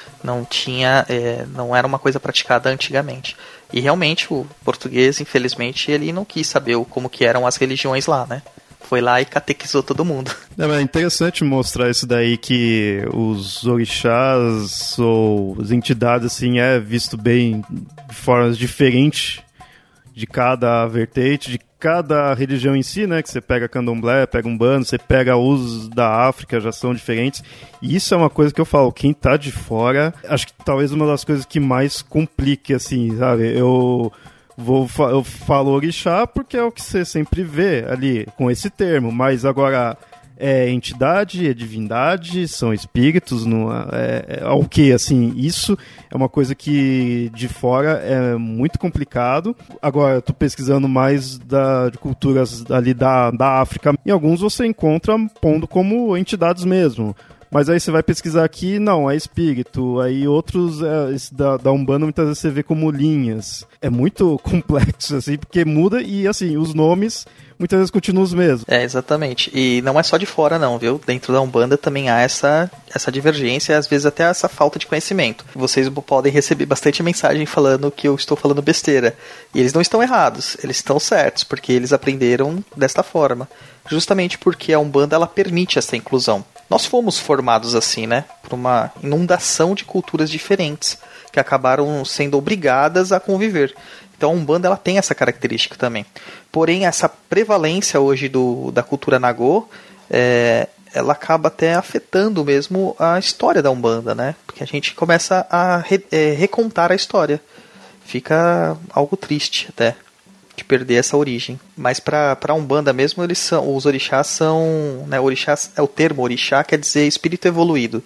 [SPEAKER 4] Não era uma coisa praticada antigamente. E realmente o português, infelizmente, ele não quis saber como que eram as religiões lá, né? Foi lá e catequizou todo mundo.
[SPEAKER 1] É interessante mostrar isso daí, que os orixás ou as entidades assim é visto bem de formas diferentes de cada vertente, de cada religião em si, né? Que você pega candomblé, pega umbanda, você pega os da África, já são diferentes. E isso é uma coisa que eu falo, quem tá de fora, acho que talvez uma das coisas que mais complique, assim, sabe? Eu falo orixá porque é o que você sempre vê ali com esse termo, mas agora é entidade, é divindade, são espíritos, o que, assim, isso é uma coisa que de fora é muito complicado. Agora eu tô pesquisando mais de culturas ali da África, e alguns você encontra pondo como entidades mesmo. Mas aí você vai pesquisar aqui, não, é espírito. Aí outros da Umbanda muitas vezes você vê como linhas. É muito complexo, assim, porque muda e, assim, os nomes muitas vezes continuam os mesmos.
[SPEAKER 4] Exatamente. E não é só de fora, não, viu? Dentro da Umbanda também há essa divergência, às vezes até essa falta de conhecimento. Vocês podem receber bastante mensagem falando que eu estou falando besteira. E eles não estão errados, eles estão certos, porque eles aprenderam desta forma. Justamente porque a Umbanda, ela permite essa inclusão. Nós fomos formados assim, né? Por uma inundação de culturas diferentes, que acabaram sendo obrigadas a conviver. Então a Umbanda, ela tem essa característica também. Porém, essa prevalência hoje da cultura Nagô, ela acaba até afetando mesmo a história da Umbanda, né? Porque a gente começa a recontar a história. Fica algo triste até de perder essa origem. Mas para a Umbanda mesmo, os orixás são, né, o termo orixá quer dizer espírito evoluído.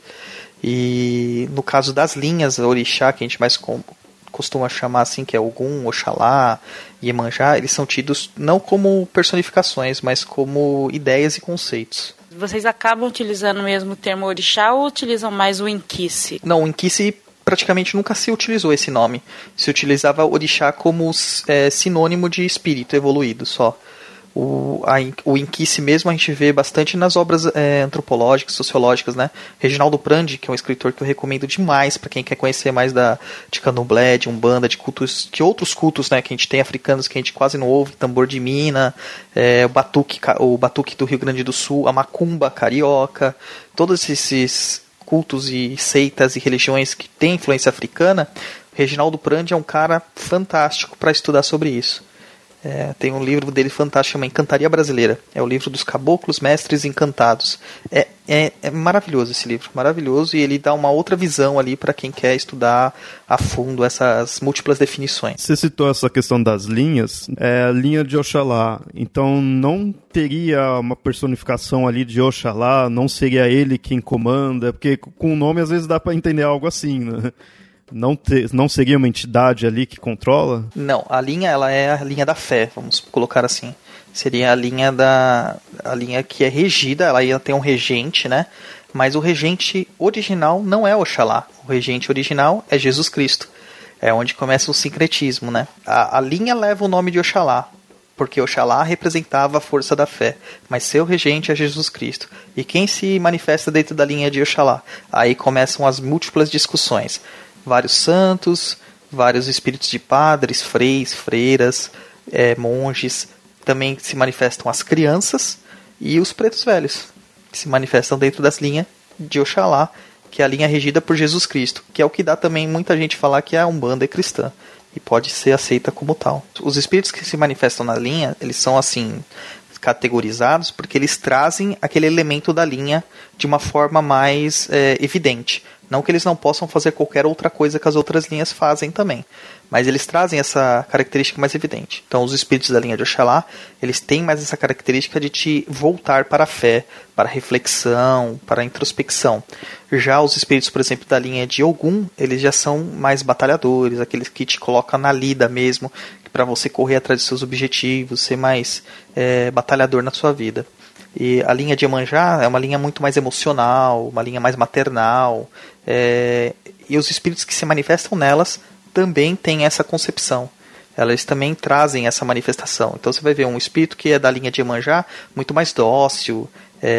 [SPEAKER 4] E no caso das linhas orixá, que a gente mais costuma chamar assim, que é Ogum, Oxalá, Iemanjá, eles são tidos não como personificações, mas como ideias e conceitos.
[SPEAKER 2] Vocês acabam utilizando mesmo o termo orixá ou utilizam mais o Inquice?
[SPEAKER 4] Não, o Inquice praticamente nunca se utilizou esse nome. Se utilizava orixá como sinônimo de espírito evoluído só. O Inquice mesmo a gente vê bastante nas obras antropológicas, sociológicas, né? Reginaldo Prandi, que é um escritor que eu recomendo demais para quem quer conhecer mais de candomblé, de umbanda, de cultos, de outros cultos, né, que a gente tem africanos que a gente quase não ouve, tambor de mina, o batuque do Rio Grande do Sul, a macumba carioca, todos esses cultos e seitas e religiões que têm influência africana. Reginaldo Prandi é um cara fantástico para estudar sobre isso. Tem um livro dele fantástico, chama Encantaria Brasileira. É o livro dos caboclos mestres encantados. É maravilhoso esse livro, maravilhoso, e ele dá uma outra visão ali para quem quer estudar a fundo essas múltiplas definições.
[SPEAKER 1] Você citou essa questão das linhas, a linha de Oxalá, então não teria uma personificação ali de Oxalá, não seria ele quem comanda, porque com o nome às vezes dá para entender algo assim, né? Não seria uma entidade ali que controla?
[SPEAKER 4] Não, a linha, ela é a linha da fé, vamos colocar assim. Seria a linha que é regida, ela ia ter um regente, né? Mas o regente original não é Oxalá. O regente original é Jesus Cristo. É onde começa o sincretismo, né? A linha leva o nome de Oxalá, porque Oxalá representava a força da fé, mas seu regente é Jesus Cristo. E quem se manifesta dentro da linha de Oxalá? Aí começam as múltiplas discussões. Vários santos, vários espíritos de padres, freiras, monges. Também se manifestam as crianças e os pretos velhos. que se manifestam dentro das linhas de Oxalá, que é a linha regida por Jesus Cristo, que é o que dá também muita gente falar que a Umbanda é cristã e pode ser aceita como tal. Os espíritos que se manifestam na linha, eles são assim categorizados porque eles trazem aquele elemento da linha de uma forma mais evidente. Não que eles não possam fazer qualquer outra coisa que as outras linhas fazem também, mas eles trazem essa característica mais evidente. Então os espíritos da linha de Oxalá, eles têm mais essa característica de te voltar para a fé, para a reflexão, para a introspecção. Já os espíritos, por exemplo, da linha de Ogum, eles já são mais batalhadores, aqueles que te colocam na lida mesmo, para você correr atrás dos seus objetivos, ser mais batalhador na sua vida. E a linha de Iemanjá é uma linha muito mais emocional, uma linha mais maternal, e os espíritos que se manifestam nelas também têm essa concepção. Elas também trazem essa manifestação. Então você vai ver um espírito que é da linha de Iemanjá muito mais dócil,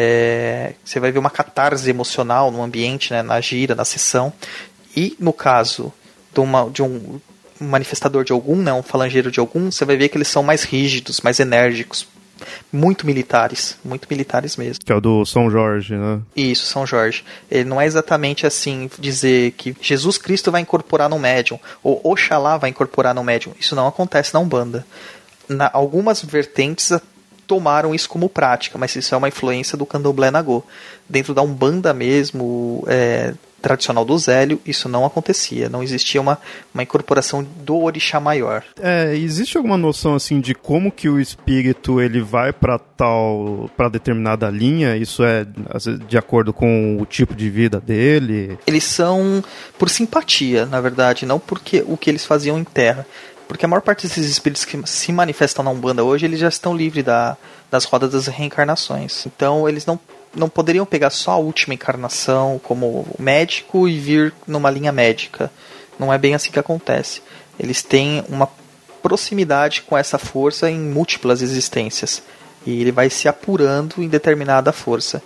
[SPEAKER 4] você vai ver uma catarse emocional no ambiente, né, na gira, na sessão. E no caso de um manifestador de Ogum, né, um falangeiro de Ogum, você vai ver que eles são mais rígidos, mais enérgicos, muito militares mesmo.
[SPEAKER 1] Que é o do São Jorge, né?
[SPEAKER 4] Isso, São Jorge. Ele não é exatamente assim dizer que Jesus Cristo vai incorporar no médium, ou Oxalá vai incorporar no médium. Isso não acontece na Umbanda. Algumas vertentes tomaram isso como prática, mas isso é uma influência do Candomblé Nagô. Dentro da Umbanda mesmo, tradicional do Zélio, isso não acontecia. Não existia uma incorporação do orixá maior.
[SPEAKER 1] Existe alguma noção assim de como que o espírito ele vai para determinada linha? Isso é de acordo com o tipo de vida dele?
[SPEAKER 4] Eles são por simpatia, na verdade, não porque o que eles faziam em terra. Porque a maior parte desses espíritos que se manifestam na Umbanda hoje, eles já estão livres das rodas das reencarnações. Então eles não poderiam pegar só a última encarnação como médico e vir numa linha médica. Não é bem assim que acontece. Eles têm uma proximidade com essa força em múltiplas existências. E ele vai se apurando em determinada força.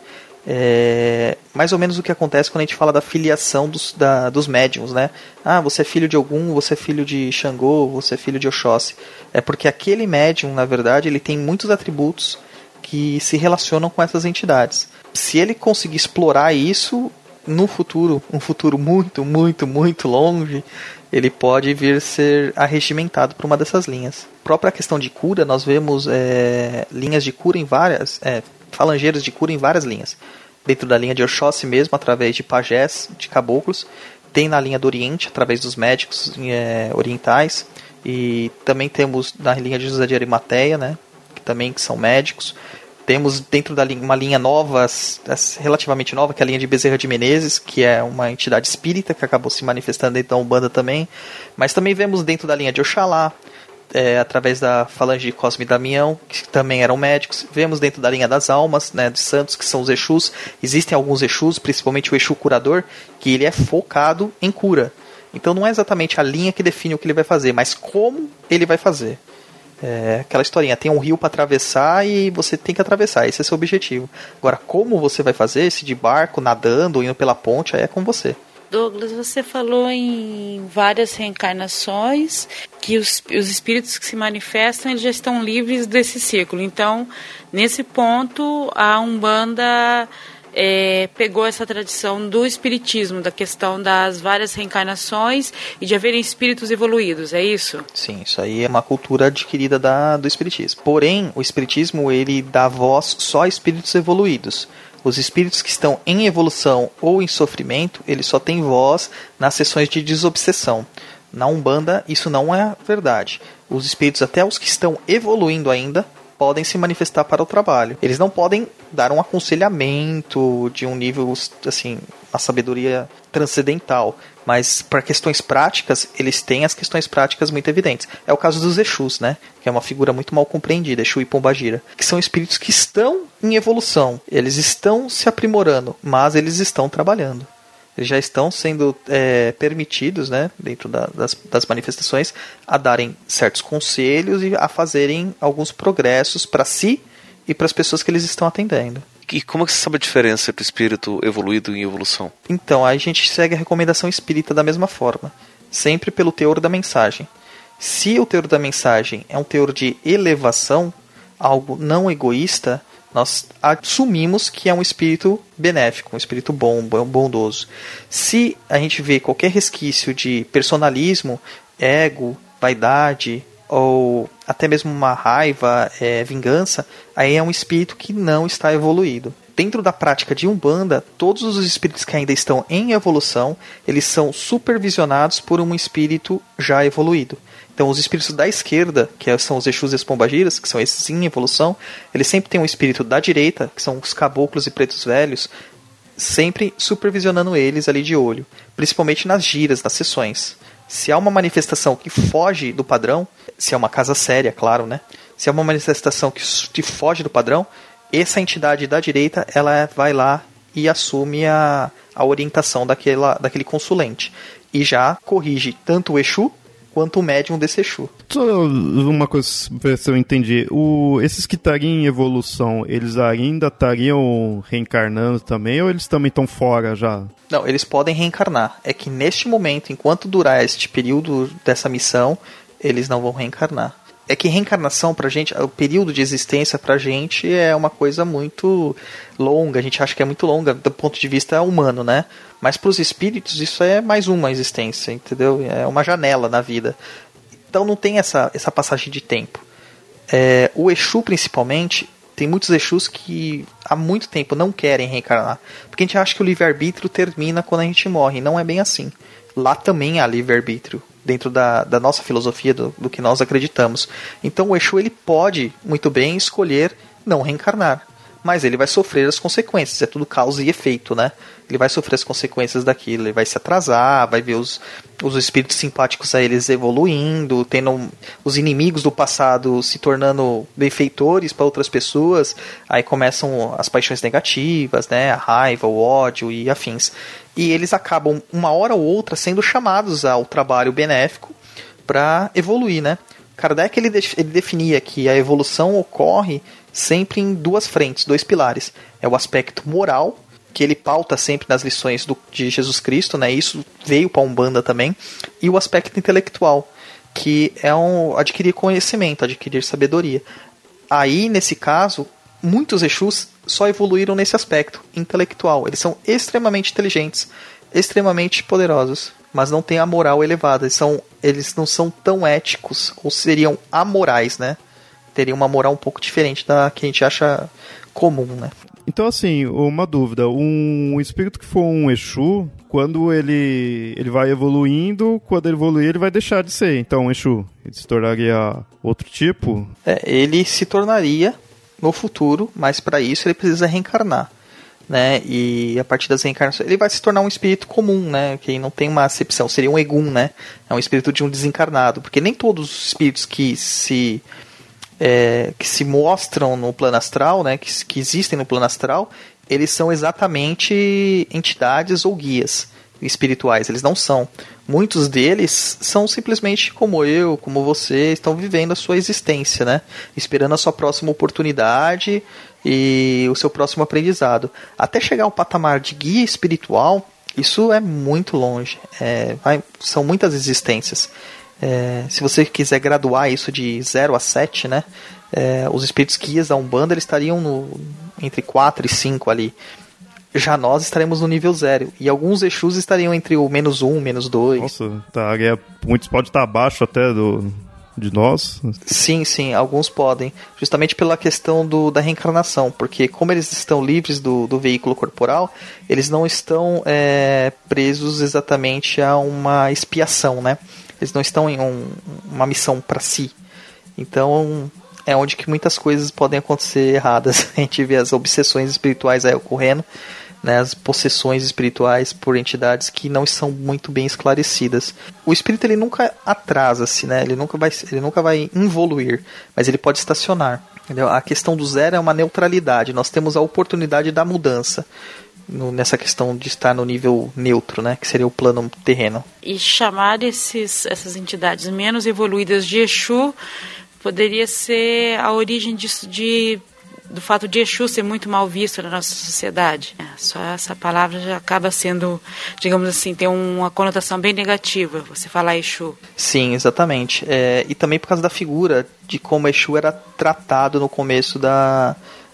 [SPEAKER 4] Mais ou menos o que acontece quando a gente fala da filiação dos médiums, né? Você é filho de Ogum, você é filho de Xangô, você é filho de Oxóssi. É porque aquele médium, na verdade, ele tem muitos atributos que se relacionam com essas entidades. Se ele conseguir explorar isso, no futuro, um futuro muito, muito, muito longe, ele pode vir ser arregimentado por uma dessas linhas. A própria questão de cura, nós vemos linhas de cura em várias... falangeiros de cura em várias linhas. Dentro da linha de Oxóssi mesmo, através de pajés, de caboclos. Tem na linha do Oriente, através dos médicos orientais. E também temos na linha de José de Arimateia, né, que são médicos. Temos dentro da linha uma linha nova, relativamente nova, que é a linha de Bezerra de Menezes, que é uma entidade espírita que acabou se manifestando dentro da Umbanda também. Mas também vemos dentro da linha de Oxalá, através da falange de Cosme e Damião, que também eram médicos. Vemos dentro da linha das almas, né, de santos, que são os Exus. Existem alguns Exus, principalmente o Exu curador, que ele é focado em cura. Então não é exatamente a linha que define o que ele vai fazer, mas como ele vai fazer. Aquela historinha, tem um rio para atravessar e você tem que atravessar, esse é seu objetivo. Agora, como você vai fazer, se de barco, nadando, indo pela ponte, aí é com você.
[SPEAKER 2] Douglas, você falou em várias reencarnações que os espíritos que se manifestam eles já estão livres desse ciclo. Então, nesse ponto, a Umbanda pegou essa tradição do espiritismo, da questão das várias reencarnações e de haverem espíritos evoluídos, é isso?
[SPEAKER 4] Sim, isso aí é uma cultura adquirida do espiritismo. Porém, o espiritismo ele dá voz só a espíritos evoluídos. Os espíritos que estão em evolução ou em sofrimento, eles só têm voz nas sessões de desobsessão. Na Umbanda, isso não é verdade. Os espíritos, até os que estão evoluindo ainda, podem se manifestar para o trabalho. Eles não podem dar um aconselhamento de um nível, assim, uma sabedoria transcendental. Mas para questões práticas, eles têm as questões práticas muito evidentes. É o caso dos Exus, né? Que é uma figura muito mal compreendida, Exu e Pombagira. Que são espíritos que estão em evolução. Eles estão se aprimorando, mas eles estão trabalhando. Eles já estão sendo permitidos, né, dentro das manifestações, a darem certos conselhos e a fazerem alguns progressos para si e para as pessoas que eles estão atendendo.
[SPEAKER 6] E como é que você sabe a diferença entre espírito evoluído e evolução?
[SPEAKER 4] Então, aí a gente segue a recomendação espírita da mesma forma, sempre pelo teor da mensagem. Se o teor da mensagem é um teor de elevação, algo não egoísta, Nós assumimos que é um espírito benéfico, um espírito bom, bondoso. Se a gente vê qualquer resquício de personalismo, ego, vaidade, ou até mesmo uma raiva, vingança, aí é um espírito que não está evoluído. Dentro da prática de Umbanda, todos os espíritos que ainda estão em evolução, eles são supervisionados por um espírito já evoluído. Então, os espíritos da esquerda, que são os Exus e as Pombagiras, que são esses em evolução, eles sempre têm um espírito da direita, que são os caboclos e pretos velhos, sempre supervisionando eles ali de olho, principalmente nas giras, nas sessões. Se há uma manifestação que foge do padrão, se é uma casa séria, claro, né? Se é uma manifestação que foge do padrão, essa entidade da direita, ela vai lá e assume a orientação daquele consulente. E já corrige tanto o Exu quanto o médium desse Exu.
[SPEAKER 1] Só uma coisa, ver se eu entendi. Esses que estariam em evolução, eles ainda estariam reencarnando também, ou eles também estão fora já?
[SPEAKER 4] Não, eles podem reencarnar. É que neste momento, enquanto durar este período dessa missão, eles não vão reencarnar. É que reencarnação pra gente, o período de existência pra gente é uma coisa muito longa, a gente acha que é muito longa do ponto de vista humano, né? Mas pros espíritos isso é mais uma existência, entendeu? É uma janela na vida. Então não tem essa passagem de tempo. O Exu principalmente, tem muitos Exus que há muito tempo não querem reencarnar, porque a gente acha que o livre-arbítrio termina quando a gente morre, não é bem assim. Lá também há livre-arbítrio, dentro da nossa filosofia, do que nós acreditamos. Então o Exu ele pode muito bem escolher não reencarnar, mas ele vai sofrer as consequências, é tudo causa e efeito, né? Ele vai sofrer as consequências daquilo, ele vai se atrasar, vai ver os espíritos simpáticos a eles evoluindo, tendo os inimigos do passado se tornando benfeitores para outras pessoas, aí começam as paixões negativas, né? A raiva, o ódio e afins. E eles acabam, uma hora ou outra, sendo chamados ao trabalho benéfico para evoluir, né? Kardec ele definia que a evolução ocorre sempre em duas frentes, dois pilares. É o aspecto moral, que ele pauta sempre nas lições de Jesus Cristo, né? Isso veio para a Umbanda também. E o aspecto intelectual, que é adquirir conhecimento, adquirir sabedoria. Aí, nesse caso, muitos Exus só evoluíram nesse aspecto intelectual. Eles são extremamente inteligentes, extremamente poderosos, mas não têm a moral elevada. Eles não são tão éticos, ou seriam amorais, né? Teriam uma moral um pouco diferente da que a gente acha comum, né?
[SPEAKER 1] Então, assim, uma dúvida. Um espírito que for um Exu, quando ele vai evoluindo, quando ele evoluir, ele vai deixar de ser. Então, um Exu, ele se tornaria outro tipo?
[SPEAKER 4] Ele se tornaria no futuro, mas para isso ele precisa reencarnar, né? E a partir das reencarnações ele vai se tornar um espírito comum, né? Que não tem uma acepção, seria um egum, né? É um espírito de um desencarnado, porque nem todos os espíritos que se mostram no plano astral, né? Que existem no plano astral, eles são exatamente entidades ou guias espirituais, eles não são. Muitos deles são simplesmente como eu, como você, estão vivendo a sua existência, né? Esperando a sua próxima oportunidade e o seu próximo aprendizado. Até chegar ao patamar de guia espiritual, isso é muito longe. São muitas existências. Se você quiser graduar isso de 0 a 7, né? Os espíritos guias da Umbanda eles estariam entre 4 e 5 ali. Já nós estaremos no nível 0. E alguns Exus estariam entre o -1, -2.
[SPEAKER 1] Nossa, muitos podem estar abaixo até de nós.
[SPEAKER 4] Sim, alguns podem. Justamente pela questão da reencarnação. Porque como eles estão livres do veículo corporal, eles não estão presos exatamente a uma expiação, né? Eles não estão em uma missão para si. Então é onde que muitas coisas podem acontecer erradas. A gente vê as obsessões espirituais aí ocorrendo, né, as possessões espirituais por entidades que não são muito bem esclarecidas. O espírito ele nunca atrasa-se, né? Ele nunca vai evoluir, mas ele pode estacionar. Entendeu? A questão do 0 é uma neutralidade. Nós temos a oportunidade da mudança nessa questão de estar no nível neutro, né? Que seria o plano terreno.
[SPEAKER 2] E chamar essas entidades menos evoluídas de Exu poderia ser a origem do fato de Exu ser muito mal visto na nossa sociedade. Só essa palavra já acaba sendo, digamos assim, tem uma conotação bem negativa, você falar Exu.
[SPEAKER 4] Sim, exatamente. E também por causa da figura de como Exu era tratado no começo da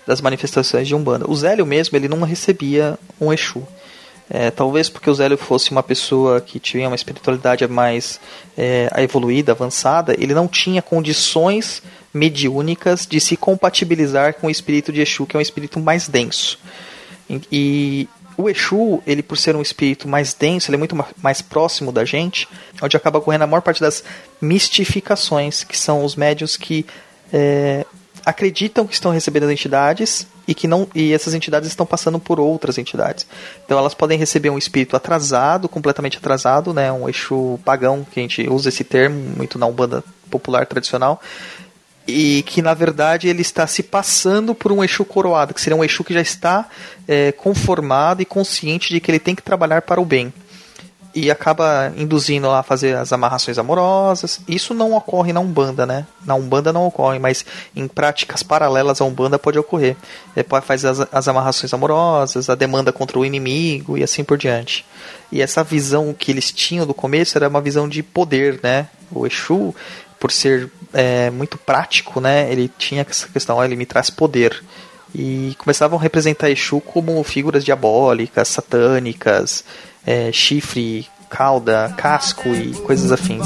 [SPEAKER 4] das manifestações de Umbanda. O Zélio mesmo, ele não recebia um Exu. Talvez porque o Zélio fosse uma pessoa que tinha uma espiritualidade mais evoluída, avançada, ele não tinha condições mediúnicas de se compatibilizar com o espírito de Exu, que é um espírito mais denso. E o Exu, ele por ser um espírito mais denso, ele é muito mais próximo da gente, onde acaba ocorrendo a maior parte das mistificações, que são os médiuns que acreditam que estão recebendo as entidades e essas entidades estão passando por outras entidades. Então elas podem receber um espírito atrasado, completamente atrasado, né, um Exu pagão, que a gente usa esse termo muito na Umbanda popular tradicional, e que na verdade ele está se passando por um Exu coroado, que seria um Exu que já está conformado e consciente de que ele tem que trabalhar para o bem. E acaba induzindo lá a fazer as amarrações amorosas. Isso não ocorre na Umbanda, né? Na Umbanda não ocorre, mas em práticas paralelas à Umbanda pode ocorrer. Pode fazer as amarrações amorosas, a demanda contra o inimigo e assim por diante. E essa visão que eles tinham do começo era uma visão de poder, né? O Exu, por ser muito prático, né? Ele tinha essa questão, ele me traz poder. E começavam a representar Exu como figuras diabólicas, satânicas, chifre, cauda, casco e coisas afins.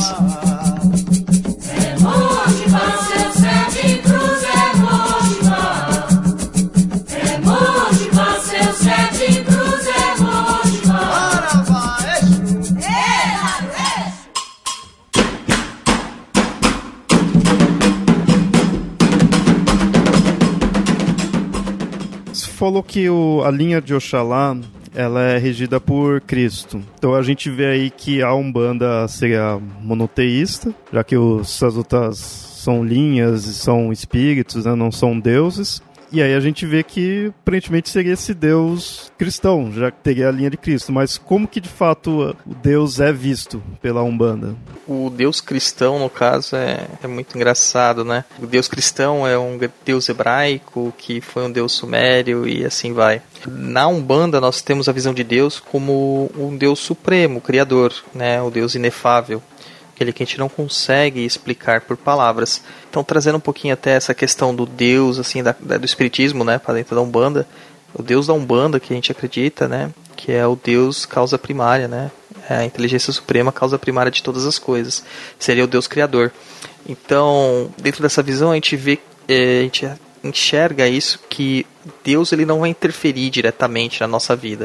[SPEAKER 1] Você falou que a linha de Oxalá ela é regida por Cristo. Então a gente vê aí que a Umbanda seria monoteísta, já que as outras são linhas e são espíritos, né, não são deuses. E aí a gente vê que aparentemente seria esse Deus cristão, já que teria a linha de Cristo. Mas como que de fato o Deus é visto pela Umbanda?
[SPEAKER 4] O Deus cristão, no caso, é muito engraçado, né? O Deus cristão é um Deus hebraico, que foi um Deus sumério e assim vai. Na Umbanda nós temos a visão de Deus como um Deus supremo, criador, né? O Deus inefável. Aquele que a gente não consegue explicar por palavras. Então, trazendo um pouquinho até essa questão do Deus, assim, do espiritismo, né, para dentro da Umbanda, o Deus da Umbanda que a gente acredita, né, que é o Deus causa primária, né, é a inteligência suprema, causa primária de todas as coisas, seria o Deus criador. Então, dentro dessa visão, a gente vê, a gente enxerga isso, que Deus ele não vai interferir diretamente na nossa vida.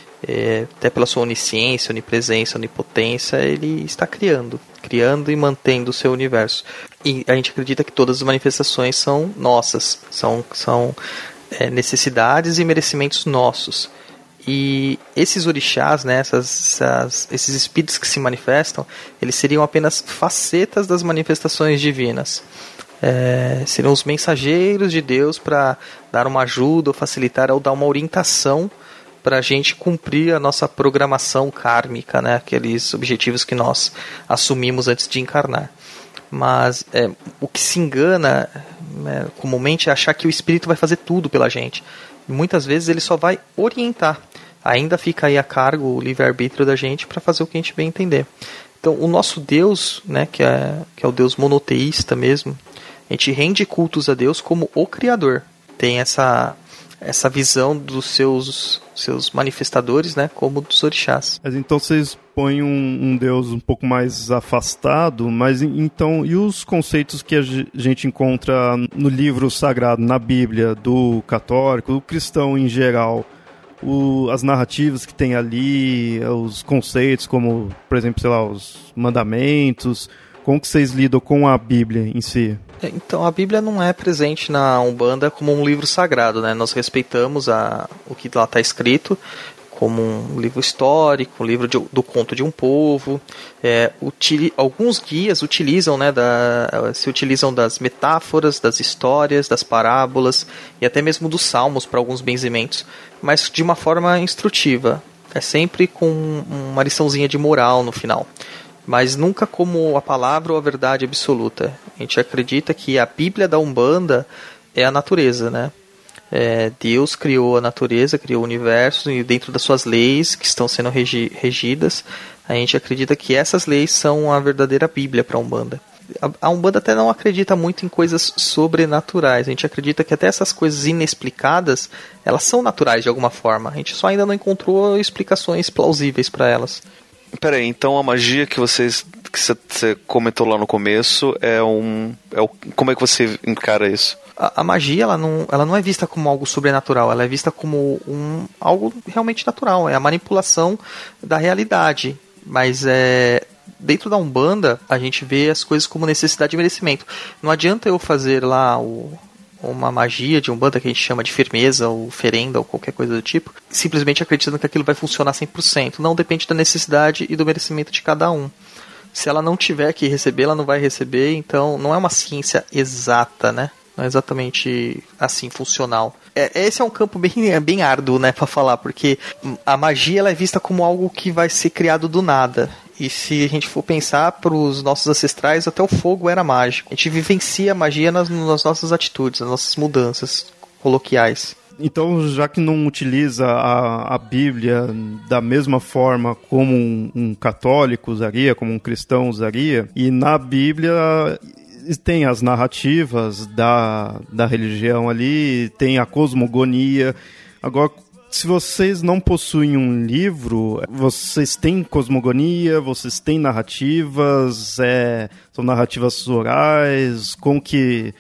[SPEAKER 4] Até pela sua onisciência, onipresença, onipotência, ele está criando e mantendo o seu universo. E a gente acredita que todas as manifestações são nossas, são necessidades e merecimentos nossos. E esses orixás, né, esses espíritos que se manifestam, eles seriam apenas facetas das manifestações divinas. Seriam os mensageiros de Deus para dar uma ajuda, ou facilitar, ou dar uma orientação para a gente cumprir a nossa programação kármica, né? Aqueles objetivos que nós assumimos antes de encarnar. Mas o que se engana, né, comumente, é achar que o espírito vai fazer tudo pela gente. E muitas vezes ele só vai orientar. Ainda fica aí a cargo o livre-arbítrio da gente para fazer o que a gente bem entender. Então, o nosso Deus, né, que é o Deus monoteísta mesmo, a gente rende cultos a Deus como o Criador. Tem essa visão dos seus manifestadores, né, como dos orixás.
[SPEAKER 1] Mas então vocês põem um Deus um pouco mais afastado, mas então, e os conceitos que a gente encontra no livro sagrado, na Bíblia, do católico, do cristão em geral, as narrativas que tem ali, os conceitos como, por exemplo, sei lá, os mandamentos, como que vocês lidam com a Bíblia em si?
[SPEAKER 4] Então, a Bíblia não é presente na Umbanda como um livro sagrado, né? Nós respeitamos o que lá está escrito como um livro histórico, um livro do conto de um povo. Alguns guias utilizam, né, se utilizam das metáforas, das histórias, das parábolas e até mesmo dos salmos para alguns benzimentos, mas de uma forma instrutiva. É sempre com uma liçãozinha de moral no final. Mas nunca como a palavra ou a verdade absoluta. A gente acredita que a Bíblia da Umbanda é a natureza, né? Deus criou a natureza, criou o universo, e dentro das suas leis que estão sendo regidas, a gente acredita que essas leis são a verdadeira Bíblia para a Umbanda. A Umbanda até não acredita muito em coisas sobrenaturais. A gente acredita que até essas coisas inexplicadas, elas são naturais de alguma forma. A gente só ainda não encontrou explicações plausíveis para elas.
[SPEAKER 6] Peraí, então a magia que você comentou lá no começo como é que você encara isso?
[SPEAKER 4] A magia, ela não é vista como algo sobrenatural, ela é vista como algo realmente natural, é a manipulação da realidade. Mas dentro da Umbanda, a gente vê as coisas como necessidade e merecimento. Não adianta eu fazer lá uma magia de Umbanda que a gente chama de firmeza ou oferenda ou qualquer coisa do tipo, simplesmente acreditando que aquilo vai funcionar 100%. Não, depende da necessidade e do merecimento de cada um. Se ela não tiver que receber, ela não vai receber, então não é uma ciência exata, né? Não é exatamente assim, funcional. Esse é um campo bem árduo, né, pra falar, porque a magia ela é vista como algo que vai ser criado do nada. E se a gente for pensar para os nossos ancestrais, até o fogo era mágico. A gente vivencia a magia nas nossas atitudes, nas nossas mudanças coloquiais.
[SPEAKER 1] Então, já que não utiliza a Bíblia da mesma forma como um católico usaria, como um cristão usaria, e na Bíblia tem as narrativas da religião ali, tem a cosmogonia. Agora, se vocês não possuem um livro, vocês têm cosmogonia, vocês têm narrativas, são narrativas orais, como que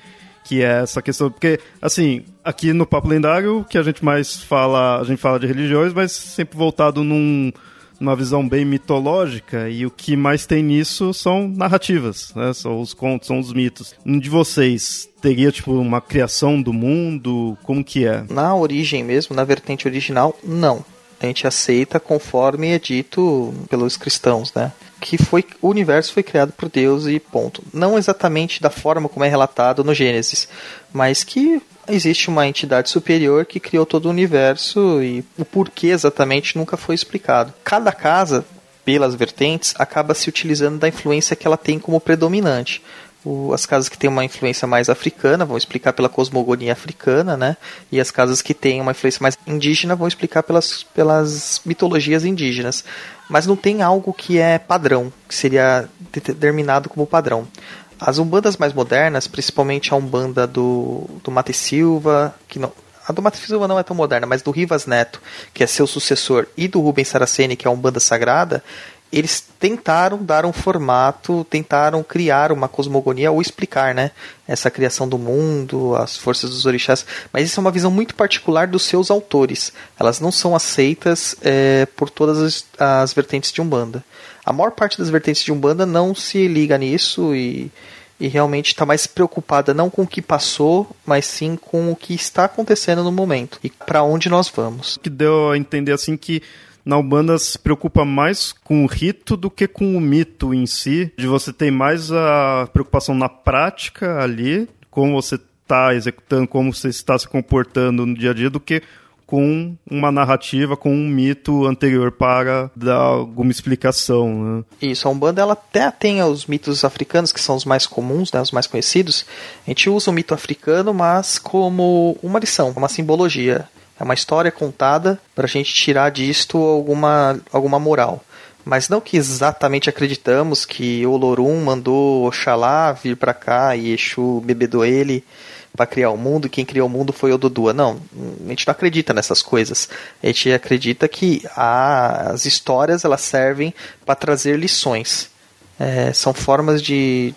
[SPEAKER 1] é essa questão? Porque, assim, aqui no Papo Lendário, que a gente fala de religiões, mas sempre voltado numa visão bem mitológica, e o que mais tem nisso são narrativas, né? São os contos, são os mitos. De vocês, teria, tipo, uma criação do mundo? Como que é?
[SPEAKER 4] Na origem mesmo, na vertente original, não. A gente aceita conforme é dito pelos cristãos, né? Que o universo foi criado por Deus e ponto. Não exatamente da forma como é relatado no Gênesis, mas que existe uma entidade superior que criou todo o universo e o porquê exatamente nunca foi explicado. Cada casa, pelas vertentes, acaba se utilizando da influência que ela tem como predominante. As casas que têm uma influência mais africana vão explicar pela cosmogonia africana, né? E as casas que têm uma influência mais indígena vão explicar pelas mitologias indígenas. Mas não tem algo que é padrão, que seria determinado como padrão. As umbandas mais modernas, principalmente a umbanda do Mata e Silva, a do Mata e Silva não é tão moderna, mas do Rivas Neto, que é seu sucessor, e do Rubens Saraceni, que é a umbanda sagrada, eles tentaram dar um formato, tentaram criar uma cosmogonia ou explicar, né, essa criação do mundo, as forças dos orixás, mas isso é uma visão muito particular dos seus autores. Elas não são aceitas por todas as vertentes de Umbanda. A maior parte das vertentes de Umbanda não se liga nisso e realmente está mais preocupada não com o que passou, mas sim com o que está acontecendo no momento e para onde nós vamos.
[SPEAKER 1] Que deu a entender assim que na Umbanda se preocupa mais com o rito do que com o mito em si, de você ter mais a preocupação na prática ali, como você está executando, como você está se comportando no dia a dia, do que com uma narrativa, com um mito anterior para dar alguma explicação, né?
[SPEAKER 4] Isso, a Umbanda ela até tem os mitos africanos, que são os mais comuns, né, os mais conhecidos. A gente usa o mito africano, mas como uma lição, uma simbologia. É uma história contada para a gente tirar disto alguma moral. Mas não que exatamente acreditamos que Olorum mandou Oxalá vir para cá e Exu bebedou ele para criar o mundo, e quem criou o mundo foi Odudua. Não, a gente não acredita nessas coisas. A gente acredita que as histórias elas servem para trazer lições. São formas de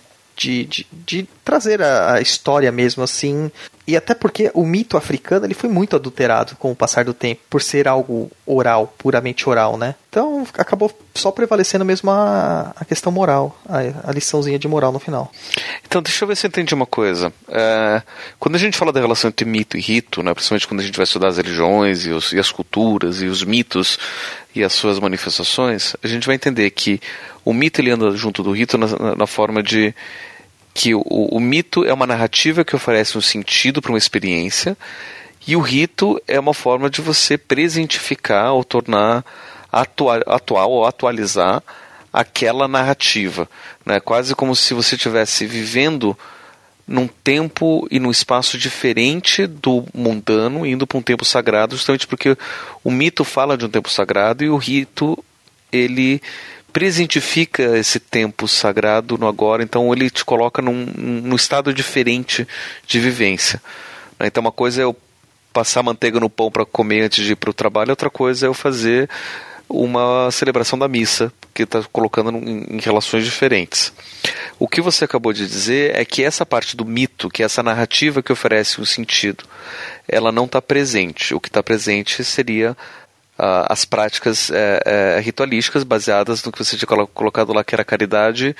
[SPEAKER 4] trazer a história mesmo assim. E até porque o mito africano ele foi muito adulterado com o passar do tempo, por ser algo oral, puramente oral, né? Então acabou só prevalecendo mesmo a questão moral, a liçãozinha de moral no final.
[SPEAKER 6] Então deixa eu ver se eu entendi uma coisa. Quando a gente fala da relação entre mito e rito, né, principalmente quando a gente vai estudar as religiões e as culturas e os mitos e as suas manifestações, a gente vai entender que o mito ele anda junto do rito na forma de que o mito é uma narrativa que oferece um sentido para uma experiência, e o rito é uma forma de você presentificar ou tornar atual ou atualizar aquela narrativa, né? Quase como se você estivesse vivendo num tempo e num espaço diferente do mundano, indo para um tempo sagrado, justamente porque o mito fala de um tempo sagrado e o rito ele presentifica esse tempo sagrado no agora, então ele te coloca num estado diferente de vivência. Então uma coisa é eu passar manteiga no pão para comer antes de ir para o trabalho, outra coisa é eu fazer uma celebração da missa, que está colocando em relações diferentes. O que você acabou de dizer é que essa parte do mito, que é essa narrativa que oferece um sentido, ela não está presente. O que está presente seria as práticas ritualísticas baseadas no que você tinha colocado lá, que era caridade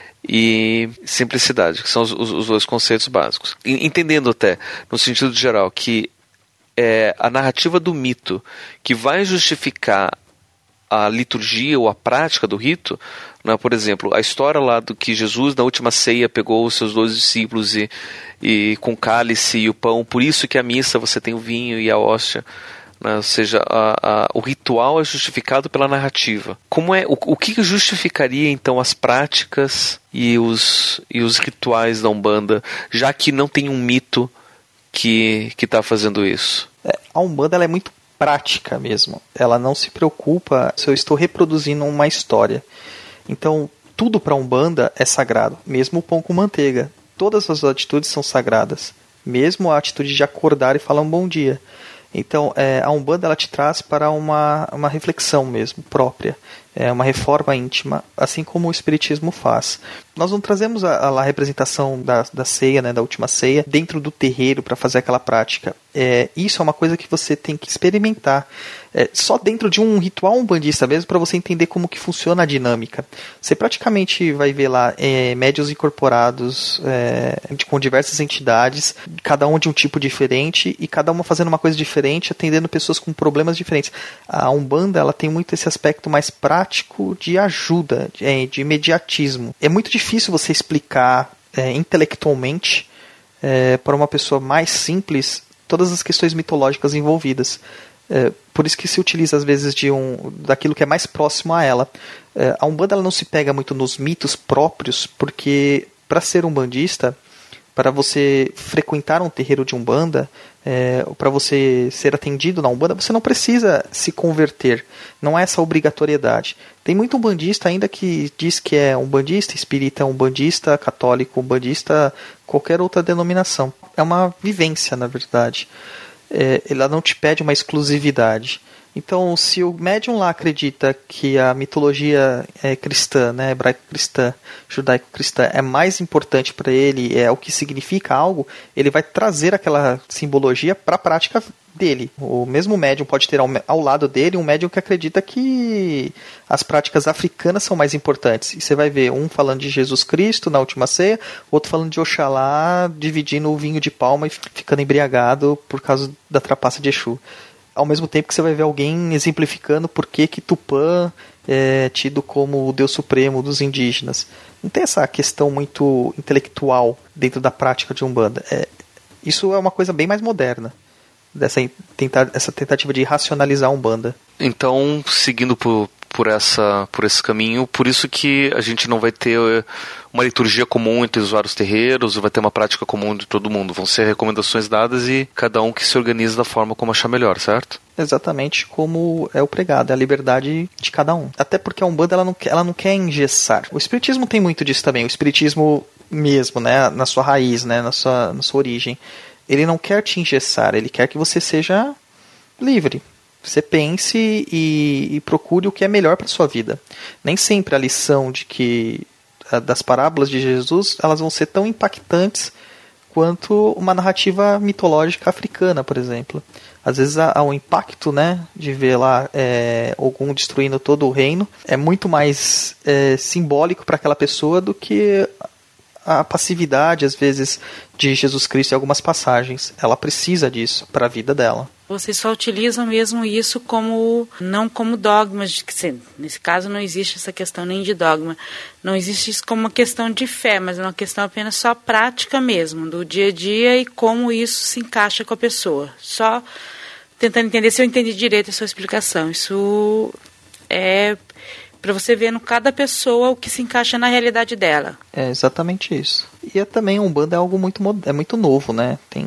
[SPEAKER 6] e simplicidade, que são os dois conceitos básicos. Entendendo até, no sentido geral, que a narrativa do mito que vai justificar a liturgia ou a prática do rito, né? Por exemplo, a história lá do que Jesus na última ceia pegou os seus 12 discípulos e com o cálice e o pão, por isso que a missa você tem o vinho e a hóstia, né? Ou seja, o ritual é justificado pela narrativa. O que justificaria então as práticas e os rituais da Umbanda, já que não tem um mito que está fazendo isso?
[SPEAKER 4] A Umbanda ela é muito prática mesmo. Ela não se preocupa se eu estou reproduzindo uma história. Então, tudo para a Umbanda é sagrado. Mesmo o pão com manteiga. Todas as atitudes são sagradas. Mesmo a atitude de acordar e falar um bom dia. Então, a Umbanda ela te traz para uma reflexão mesmo, própria. Uma reforma íntima, assim como o Espiritismo faz. Nós não trazemos a representação da ceia, né, da última ceia, dentro do terreiro para fazer aquela prática. Isso é uma coisa que você tem que experimentar. Só dentro de um ritual umbandista mesmo, para você entender como que funciona a dinâmica. Você praticamente vai ver lá médiuns incorporados com diversas entidades, cada um de um tipo diferente, e cada uma fazendo uma coisa diferente, atendendo pessoas com problemas diferentes. A Umbanda ela tem muito esse aspecto mais prático de ajuda, de imediatismo. É muito difícil você explicar intelectualmente para uma pessoa mais simples todas as questões mitológicas envolvidas. Por isso que se utiliza às vezes daquilo que é mais próximo a ela. A Umbanda ela não se pega muito nos mitos próprios, porque para ser umbandista, para você frequentar um terreiro de Umbanda, para você ser atendido na Umbanda, você não precisa se converter. Não é essa obrigatoriedade. Tem muito umbandista ainda que diz que é umbandista, espírita, umbandista, católico, umbandista, qualquer outra denominação. É uma vivência, na verdade. Ela não te pede uma exclusividade. Então, se o médium lá acredita que a mitologia cristã, né, hebraico-cristã, judaico-cristã é mais importante para ele, é o que significa algo, ele vai trazer aquela simbologia para a prática dele. O mesmo médium pode ter ao lado dele um médium que acredita que as práticas africanas são mais importantes. E você vai ver um falando de Jesus Cristo na última ceia, outro falando de Oxalá dividindo o vinho de palma e ficando embriagado por causa da trapaça de Exu. Ao mesmo tempo que você vai ver alguém exemplificando por que Tupã é tido como o Deus Supremo dos indígenas. Não tem essa questão muito intelectual dentro da prática de Umbanda. Isso é uma coisa bem mais moderna, essa tentativa de racionalizar a Umbanda.
[SPEAKER 6] Então, seguindo por esse caminho, por isso que a gente não vai ter uma liturgia comum entre os vários terreiros, vai ter uma prática comum de todo mundo. Vão ser recomendações dadas e cada um que se organiza da forma como achar melhor, certo?
[SPEAKER 4] Exatamente como é o pregado, é a liberdade de cada um. Até porque a Umbanda ela não quer engessar. O Espiritismo tem muito disso também. O Espiritismo mesmo, né, na sua raiz, né, na sua origem. Ele não quer te engessar, ele quer que você seja livre. Você pense e procure o que é melhor para sua vida. Nem sempre a lição das parábolas de Jesus elas vão ser tão impactantes quanto uma narrativa mitológica africana, por exemplo. Às vezes há um impacto, né, de ver lá Ogum destruindo todo o reino. É muito mais simbólico para aquela pessoa do que a passividade, às vezes, de Jesus Cristo em algumas passagens. Ela precisa disso para a vida dela.
[SPEAKER 2] Vocês só utilizam mesmo isso não como dogmas, nesse caso não existe essa questão nem de dogma, não existe isso como uma questão de fé, mas é uma questão apenas só prática mesmo, do dia a dia e como isso se encaixa com a pessoa. Só tentando entender se eu entendi direito a sua explicação. Isso é para você ver no cada pessoa o que se encaixa na realidade dela.
[SPEAKER 4] É exatamente isso. E também a Umbanda é algo muito novo, né? Tem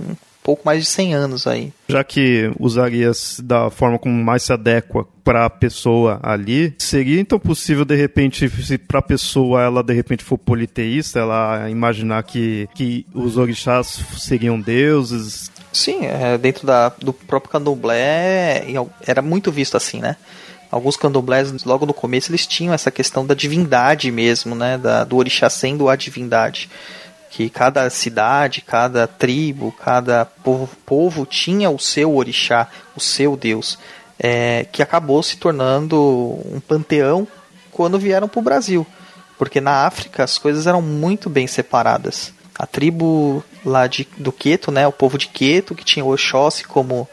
[SPEAKER 4] pouco mais de 100 anos aí.
[SPEAKER 1] Já que usaria da forma como mais se adequa para a pessoa ali, seria então possível, de repente, se para a pessoa ela de repente for politeísta, ela imaginar que os orixás seriam deuses?
[SPEAKER 4] Sim, dentro do próprio candomblé era muito visto assim, né? Alguns candomblés, logo no começo, eles tinham essa questão da divindade mesmo, né? Do orixá sendo a divindade. Que cada cidade, cada tribo, cada povo tinha o seu orixá, o seu deus, que acabou se tornando um panteão quando vieram para o Brasil. Porque na África as coisas eram muito bem separadas. A tribo lá do Queto, né, o povo de Queto, que tinha o Oxóssi como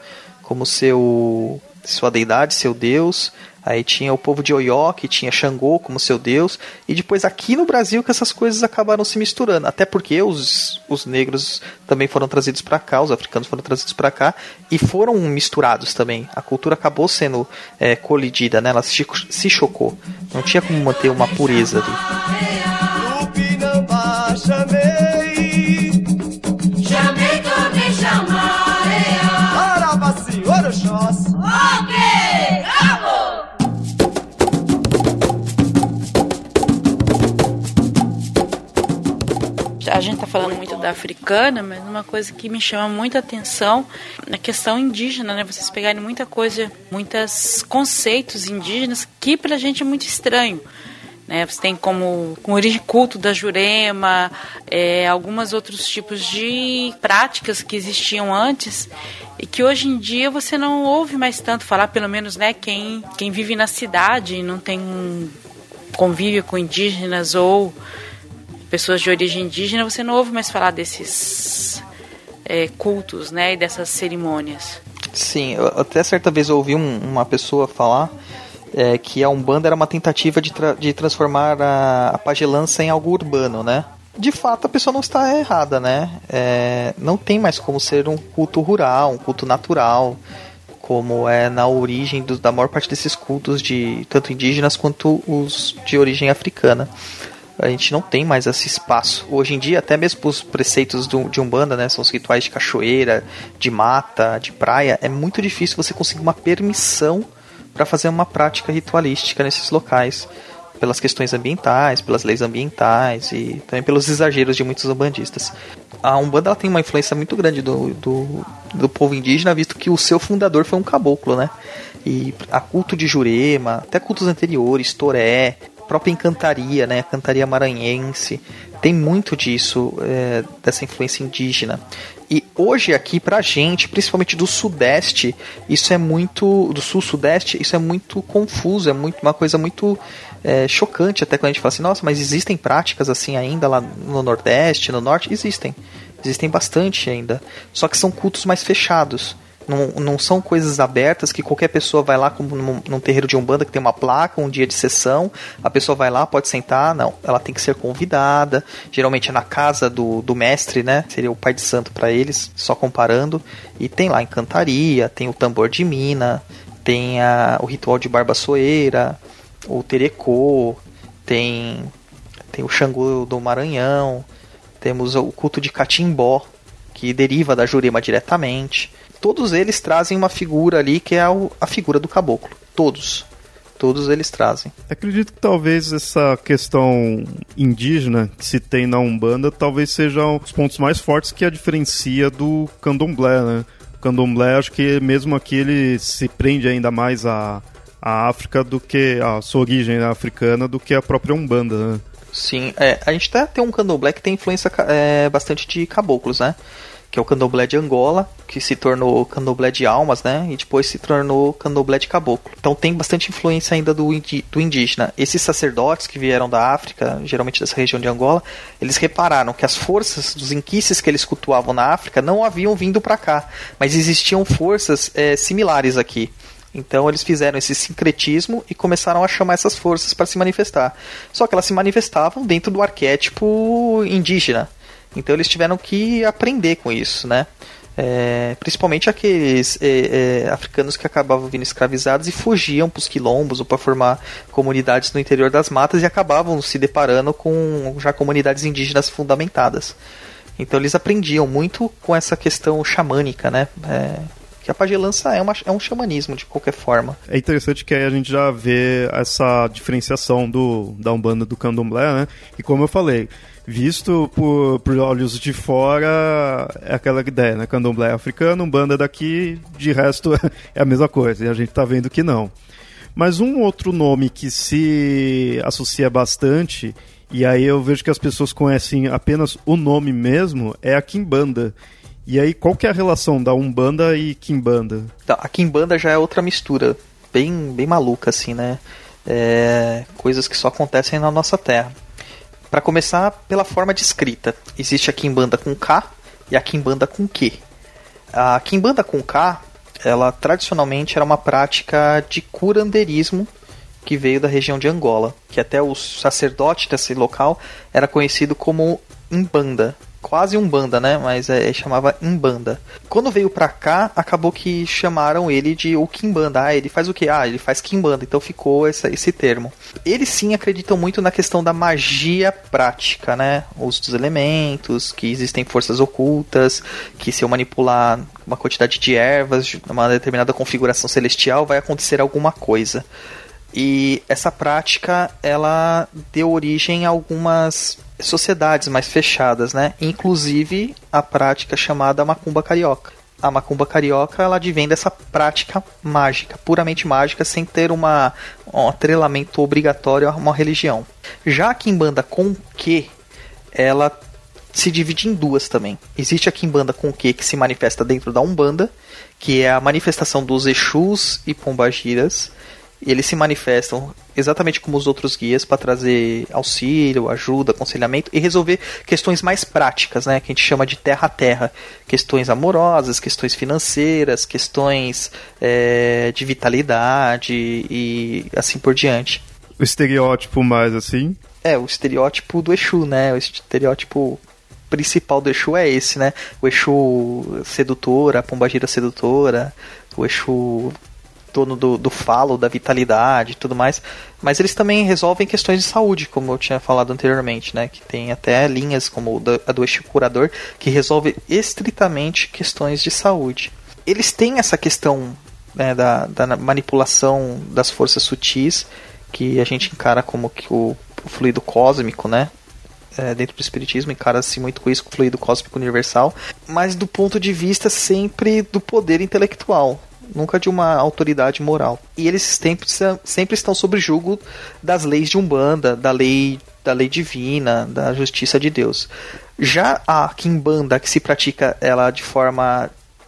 [SPEAKER 4] sua deidade, seu deus. Aí tinha o povo de Oió, que tinha Xangô como seu deus. E depois aqui no Brasil que essas coisas acabaram se misturando. Até porque os negros também foram trazidos para cá, os africanos foram trazidos para cá. E foram misturados também. A cultura acabou sendo colidida, né? Ela se chocou. Não tinha como manter uma pureza ali.
[SPEAKER 5] Tupinambá, chamei também chamarei. Arabaci, Oroxóssi.
[SPEAKER 3] Ok, acabou!
[SPEAKER 2] A gente está falando muito da africana, mas uma coisa que me chama muita atenção na questão indígena, né? Vocês pegarem muita coisa, muitos conceitos indígenas que pra gente é muito estranho, né? Você tem como origem culto da Jurema, alguns outros tipos de práticas que existiam antes e que hoje em dia você não ouve mais tanto falar, pelo menos, né? Quem vive na cidade e não tem convívio com indígenas ou pessoas de origem indígena, você não ouve mais falar desses cultos, né, e dessas cerimônias.
[SPEAKER 4] Sim, eu até certa vez eu ouvi uma pessoa falar que a Umbanda era uma tentativa de transformar a pagelança em algo urbano, né? De fato, a pessoa não está errada, né? Não tem mais como ser um culto rural, um culto natural, como é na origem da maior parte desses cultos, tanto indígenas quanto os de origem africana. A gente não tem mais esse espaço. Hoje em dia, até mesmo os preceitos de Umbanda, né, são os rituais de cachoeira, de mata, de praia, é muito difícil você conseguir uma permissão para fazer uma prática ritualística nesses locais, pelas questões ambientais, pelas leis ambientais e também pelos exageros de muitos umbandistas. A Umbanda ela tem uma influência muito grande do povo indígena, visto que o seu fundador foi um caboclo, né? E a culto de Jurema, até cultos anteriores, Toré, própria encantaria, né, a cantaria maranhense, tem muito disso, dessa influência indígena. E hoje aqui pra gente, principalmente do sudeste, isso é muito, do sul-sudeste, isso é muito confuso, é uma coisa muito chocante, até quando a gente fala assim, nossa, mas existem práticas assim ainda lá no nordeste, no norte? Existem bastante ainda, só que são cultos mais fechados. Não são coisas abertas que qualquer pessoa vai lá, como num terreiro de Umbanda que tem uma placa, um dia de sessão, a pessoa vai lá, pode sentar. Não, ela tem que ser convidada, geralmente é na casa do mestre, né? Seria o pai de santo para eles, só comparando. E tem lá encantaria, tem o tambor de mina, tem o ritual de barbaçoeira, o terecô, tem o Xangô do Maranhão, temos o culto de Catimbó, que deriva da Jurema diretamente. Todos eles trazem uma figura ali que é a figura do caboclo. Todos eles trazem.
[SPEAKER 1] Acredito que talvez essa questão indígena que se tem na Umbanda talvez seja um dos pontos mais fortes que a diferencia do candomblé, né? O candomblé, acho que mesmo aqui ele se prende ainda mais à África do que a sua origem africana do que a própria Umbanda, né?
[SPEAKER 4] Sim, a gente até tem um candomblé que tem influência bastante de caboclos, né? Que é o candomblé de Angola, que se tornou candomblé de almas, né? E depois se tornou candomblé de caboclo. Então tem bastante influência ainda do indígena. Esses sacerdotes que vieram da África, geralmente dessa região de Angola, eles repararam que as forças dos inquices que eles cultuavam na África não haviam vindo para cá, mas existiam forças similares aqui. Então eles fizeram esse sincretismo e começaram a chamar essas forças para se manifestar. Só que elas se manifestavam dentro do arquétipo indígena. Então eles tiveram que aprender com isso, né? Principalmente aqueles africanos que acabavam vindo escravizados e fugiam para os quilombos ou para formar comunidades no interior das matas e acabavam se deparando com já comunidades indígenas fundamentadas. Então eles aprendiam muito com essa questão xamânica, né? Que a pagelança é um xamanismo de qualquer forma.
[SPEAKER 1] É interessante que aí a gente já vê essa diferenciação da Umbanda do Candomblé, né? E como eu falei, visto por olhos de fora, é aquela ideia, né? Candomblé é africano, Umbanda daqui, de resto é a mesma coisa. E a gente tá vendo que não. Mas um outro nome que se associa bastante, e aí eu vejo que as pessoas conhecem apenas o nome mesmo, é a Quimbanda. E aí, qual que é a relação da Umbanda e Quimbanda?
[SPEAKER 4] Então, a Quimbanda já é outra mistura, bem maluca, assim, né? Coisas que só acontecem na nossa terra. Para começar, pela forma de escrita. Existe a Quimbanda com K e a Quimbanda com Q. A Quimbanda com K, ela tradicionalmente era uma prática de curanderismo que veio da região de Angola, que até o sacerdote desse local era conhecido como Umbanda. Quase Umbanda, né? Mas chamava Umbanda. Quando veio pra cá, acabou que chamaram ele de o Quimbanda. Ele faz o quê? Ele faz Quimbanda. Então ficou esse termo. Eles sim acreditam muito na questão da magia prática, né? O uso dos elementos, que existem forças ocultas, que se eu manipular uma quantidade de ervas, uma determinada configuração celestial, vai acontecer alguma coisa. E essa prática, ela deu origem a algumas sociedades mais fechadas, né? Inclusive a prática chamada macumba carioca. A macumba carioca, ela advém dessa prática mágica, puramente mágica, sem ter um atrelamento obrigatório a uma religião. Já a Quimbanda com Q, ela se divide em duas também. Existe a Quimbanda com Q, que se manifesta dentro da Umbanda, que é a manifestação dos Exus e Pombagiras. Eles se manifestam exatamente como os outros guias para trazer auxílio, ajuda, aconselhamento e resolver questões mais práticas, né, que a gente chama de terra a terra. Questões amorosas, questões financeiras, questões de vitalidade e assim por diante.
[SPEAKER 1] O estereótipo mais assim?
[SPEAKER 4] O estereótipo do Exu, né? O estereótipo principal do Exu é esse, né? O Exu sedutora, a pombagira sedutora, o Exu dono do falo, da vitalidade e tudo mais, mas eles também resolvem questões de saúde, como eu tinha falado anteriormente, né? Que tem até linhas como a do Exu Curador, que resolve estritamente questões de saúde. Eles têm essa questão, né, da manipulação das forças sutis, que a gente encara como que o fluido cósmico, né? Dentro do espiritismo, encara-se muito com isso, com o fluido cósmico universal, mas do ponto de vista sempre do poder intelectual, nunca de uma autoridade moral. E eles sempre estão sob julgo das leis de Umbanda, da lei divina, da justiça de Deus. Já a Quimbanda, que se pratica ela de forma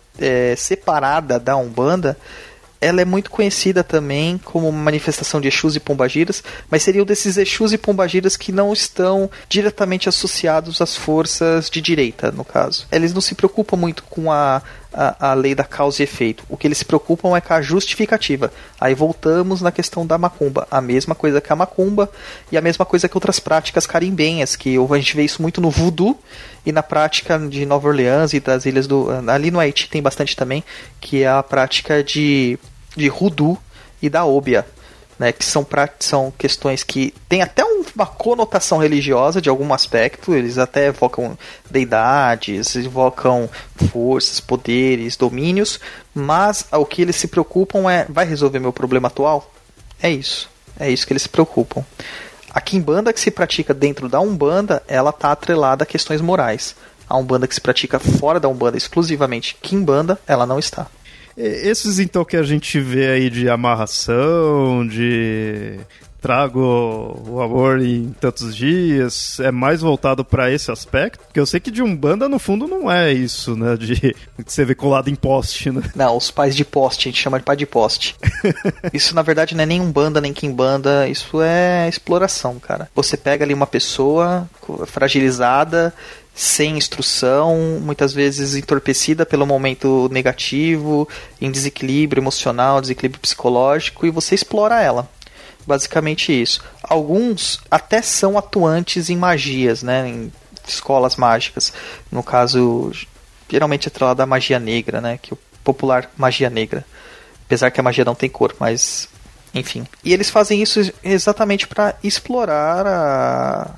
[SPEAKER 4] separada da Umbanda, ela é muito conhecida também como uma manifestação de Exus e Pombagiras, mas seriam desses Exus e Pombagiras que não estão diretamente associados às forças de direita, no caso. Eles não se preocupam muito com a lei da causa e efeito. O que eles se preocupam é com a justificativa. Aí voltamos na questão da macumba. A mesma coisa que a macumba e a mesma coisa que outras práticas carimbenhas, que a gente vê isso muito no voodoo e na prática de Nova Orleans e das ilhas ali no Haiti tem bastante também, que é a prática de hoodoo e da óbia, né, que são questões que têm até uma conotação religiosa de algum aspecto. Eles até evocam deidades, evocam forças, poderes, domínios, mas o que eles se preocupam vai resolver meu problema atual? É isso que eles se preocupam. A Quimbanda que se pratica dentro da Umbanda, ela está atrelada a questões morais. A Umbanda que se pratica fora da Umbanda, exclusivamente Quimbanda, ela não está.
[SPEAKER 1] Esses, então, que a gente vê aí de amarração, de trago o amor em tantos dias, é mais voltado para esse aspecto? Porque eu sei que de Umbanda, no fundo, não é isso, né? De você ver colado em poste, né?
[SPEAKER 4] Não, os pais de poste, a gente chama de pai de poste. Isso, na verdade, não é nem Umbanda, nem Quimbanda, isso é exploração, cara. Você pega ali uma pessoa fragilizada, sem instrução, muitas vezes entorpecida pelo momento negativo, em desequilíbrio emocional, desequilíbrio psicológico, e você explora ela. Basicamente isso. Alguns até são atuantes em magias, né, em escolas mágicas. No caso, geralmente é atrelado à magia negra, né, que é o popular magia negra. Apesar que a magia não tem cor, mas enfim. E eles fazem isso exatamente para explorar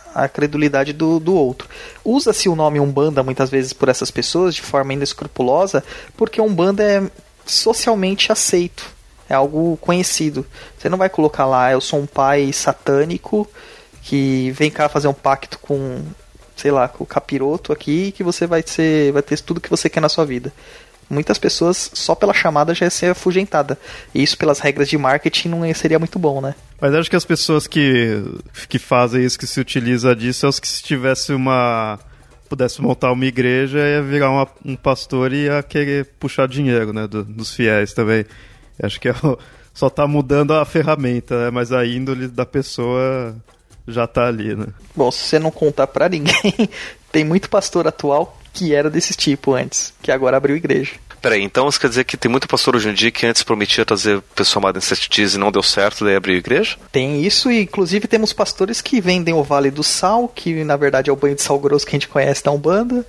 [SPEAKER 4] a credulidade do outro. Usa-se o nome Umbanda muitas vezes por essas pessoas de forma inescrupulosa, porque Umbanda é socialmente aceito, é algo conhecido. Você não vai colocar lá, eu sou um pai satânico que vem cá fazer um pacto com, sei lá, com o capiroto aqui, que você vai ter tudo que você quer na sua vida. Muitas pessoas, só pela chamada, já ia ser afugentada. E isso, pelas regras de marketing, não seria muito bom, né?
[SPEAKER 1] Mas acho que as pessoas que fazem isso, que se utiliza disso, é os que se tivesse pudesse montar uma igreja, ia virar um pastor e ia querer puxar dinheiro, né, dos fiéis também. Acho que só tá mudando a ferramenta, né, mas a índole da pessoa já tá ali, né?
[SPEAKER 4] Bom, se você não contar pra ninguém, tem muito pastor atual que era desse tipo antes, que agora abriu igreja.
[SPEAKER 6] Peraí, então isso quer dizer que tem muito pastor hoje em dia que antes prometia trazer pessoa amada em 7 dias e não deu certo, daí abriu igreja?
[SPEAKER 4] Tem isso, e inclusive temos pastores que vendem o Vale do Sal, que na verdade é o banho de sal grosso que a gente conhece da Umbanda.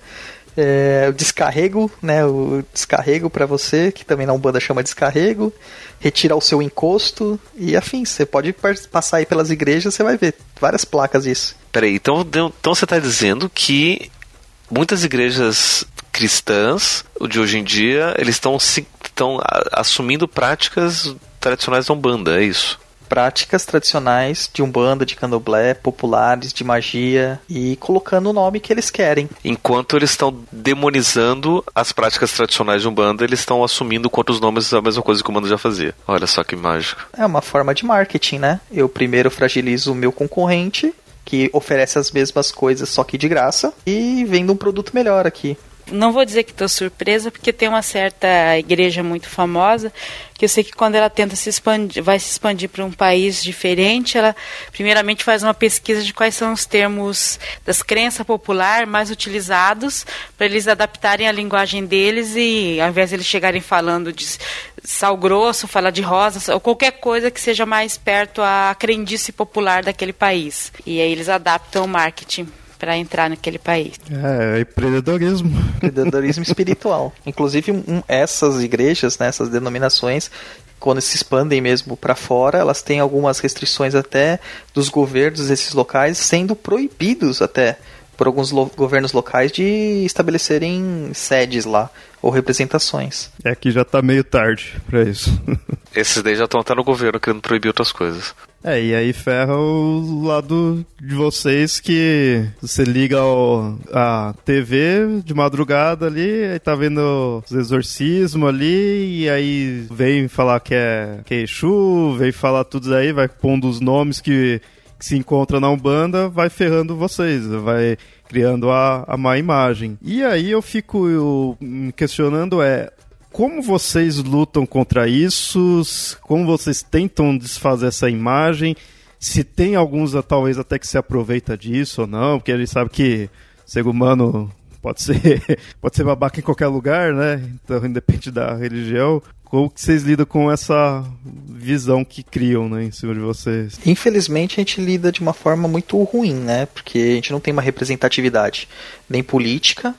[SPEAKER 4] O descarrego, né? O descarrego pra você, que também na Umbanda chama descarrego. Retirar o seu encosto e afins. Você pode passar aí pelas igrejas, você vai ver várias placas disso.
[SPEAKER 6] Peraí, então você tá dizendo que muitas igrejas cristãs de hoje em dia, eles estão assumindo práticas tradicionais da Umbanda, é isso?
[SPEAKER 4] Práticas tradicionais de Umbanda, de Candomblé, populares, de magia, e colocando o nome que eles querem.
[SPEAKER 6] Enquanto eles estão demonizando as práticas tradicionais de Umbanda, eles estão assumindo com outros nomes a mesma coisa que o Umbanda já fazia. Olha só que mágico.
[SPEAKER 4] É uma forma de marketing, né? Eu primeiro fragilizo o meu concorrente, que oferece as mesmas coisas, só que de graça, e vendo um produto melhor aqui.
[SPEAKER 2] Não vou dizer que estou surpresa, porque tem uma certa igreja muito famosa, que eu sei que quando ela tenta vai se expandir para um país diferente, ela primeiramente faz uma pesquisa de quais são os termos das crenças popular mais utilizados, para eles adaptarem a linguagem deles e, ao invés de eles chegarem falando de sal grosso, falar de rosas, ou qualquer coisa que seja mais perto à crendice popular daquele país. E aí eles adaptam o marketing para entrar naquele país.
[SPEAKER 1] É empreendedorismo.
[SPEAKER 4] Empreendedorismo espiritual. Inclusive, essas igrejas, né, essas denominações, quando se expandem mesmo para fora, elas têm algumas restrições até dos governos desses locais, sendo proibidos até por alguns governos locais de estabelecerem sedes lá, ou representações.
[SPEAKER 1] É que já tá meio tarde pra isso.
[SPEAKER 6] Esses daí já estão até no governo querendo proibir outras coisas.
[SPEAKER 1] E aí ferra o lado de vocês, que você liga a TV de madrugada ali, aí tá vendo os exorcismos ali, e aí vem falar que é Exu, vem falar tudo aí, vai pondo os nomes que se encontra na Umbanda, vai ferrando vocês, vai criando a má imagem. E aí eu fico me questionando como vocês lutam contra isso, como vocês tentam desfazer essa imagem, se tem alguns talvez até que se aproveita disso ou não, porque a gente sabe que ser humano pode ser babaca em qualquer lugar, né? Então, independente da religião. Como que vocês lidam com essa visão que criam, né, em cima de vocês?
[SPEAKER 4] Infelizmente, a gente lida de uma forma muito ruim, né? Porque a gente não tem uma representatividade nem política.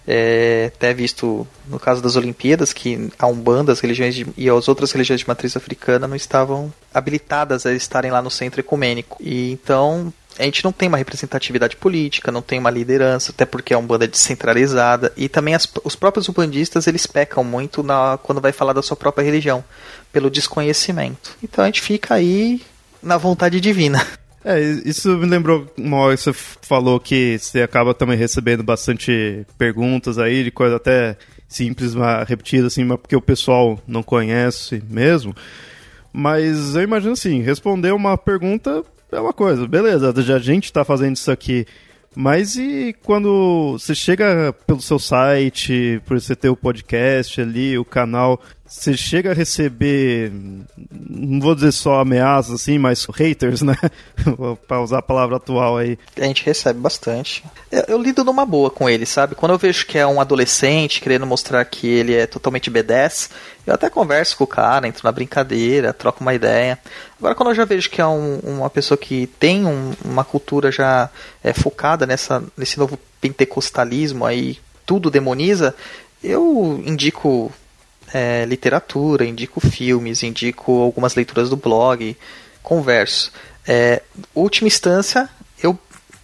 [SPEAKER 4] Até visto no caso das Olimpíadas, que a Umbanda, as religiões e as outras religiões de matriz africana não estavam habilitadas a estarem lá no centro ecumênico. E então a gente não tem uma representatividade política, não tem uma liderança, até porque é uma Umbanda descentralizada, e também os próprios umbandistas, eles pecam muito quando vai falar da sua própria religião, pelo desconhecimento. Então a gente fica aí na vontade divina.
[SPEAKER 1] Isso me lembrou uma hora que você falou que você acaba também recebendo bastante perguntas aí, de coisa até simples, mas repetidas, assim, mas porque o pessoal não conhece mesmo. Mas eu imagino assim, responder uma pergunta é uma coisa, beleza, a gente tá fazendo isso aqui, mas e quando você chega pelo seu site, por você ter o podcast ali, o canal, você chega a receber, não vou dizer só ameaças assim, mas haters, né? Pra usar a palavra atual aí.
[SPEAKER 4] A gente recebe bastante. Eu lido numa boa com ele, sabe? Quando eu vejo que é um adolescente querendo mostrar que ele é totalmente B10, eu até converso com o cara, entro na brincadeira, troco uma ideia. Agora, quando eu já vejo que é uma pessoa que tem uma cultura já focada nesse novo pentecostalismo aí, tudo demoniza, eu indico literatura, indico filmes, indico algumas leituras do blog, converso. Última instância, eu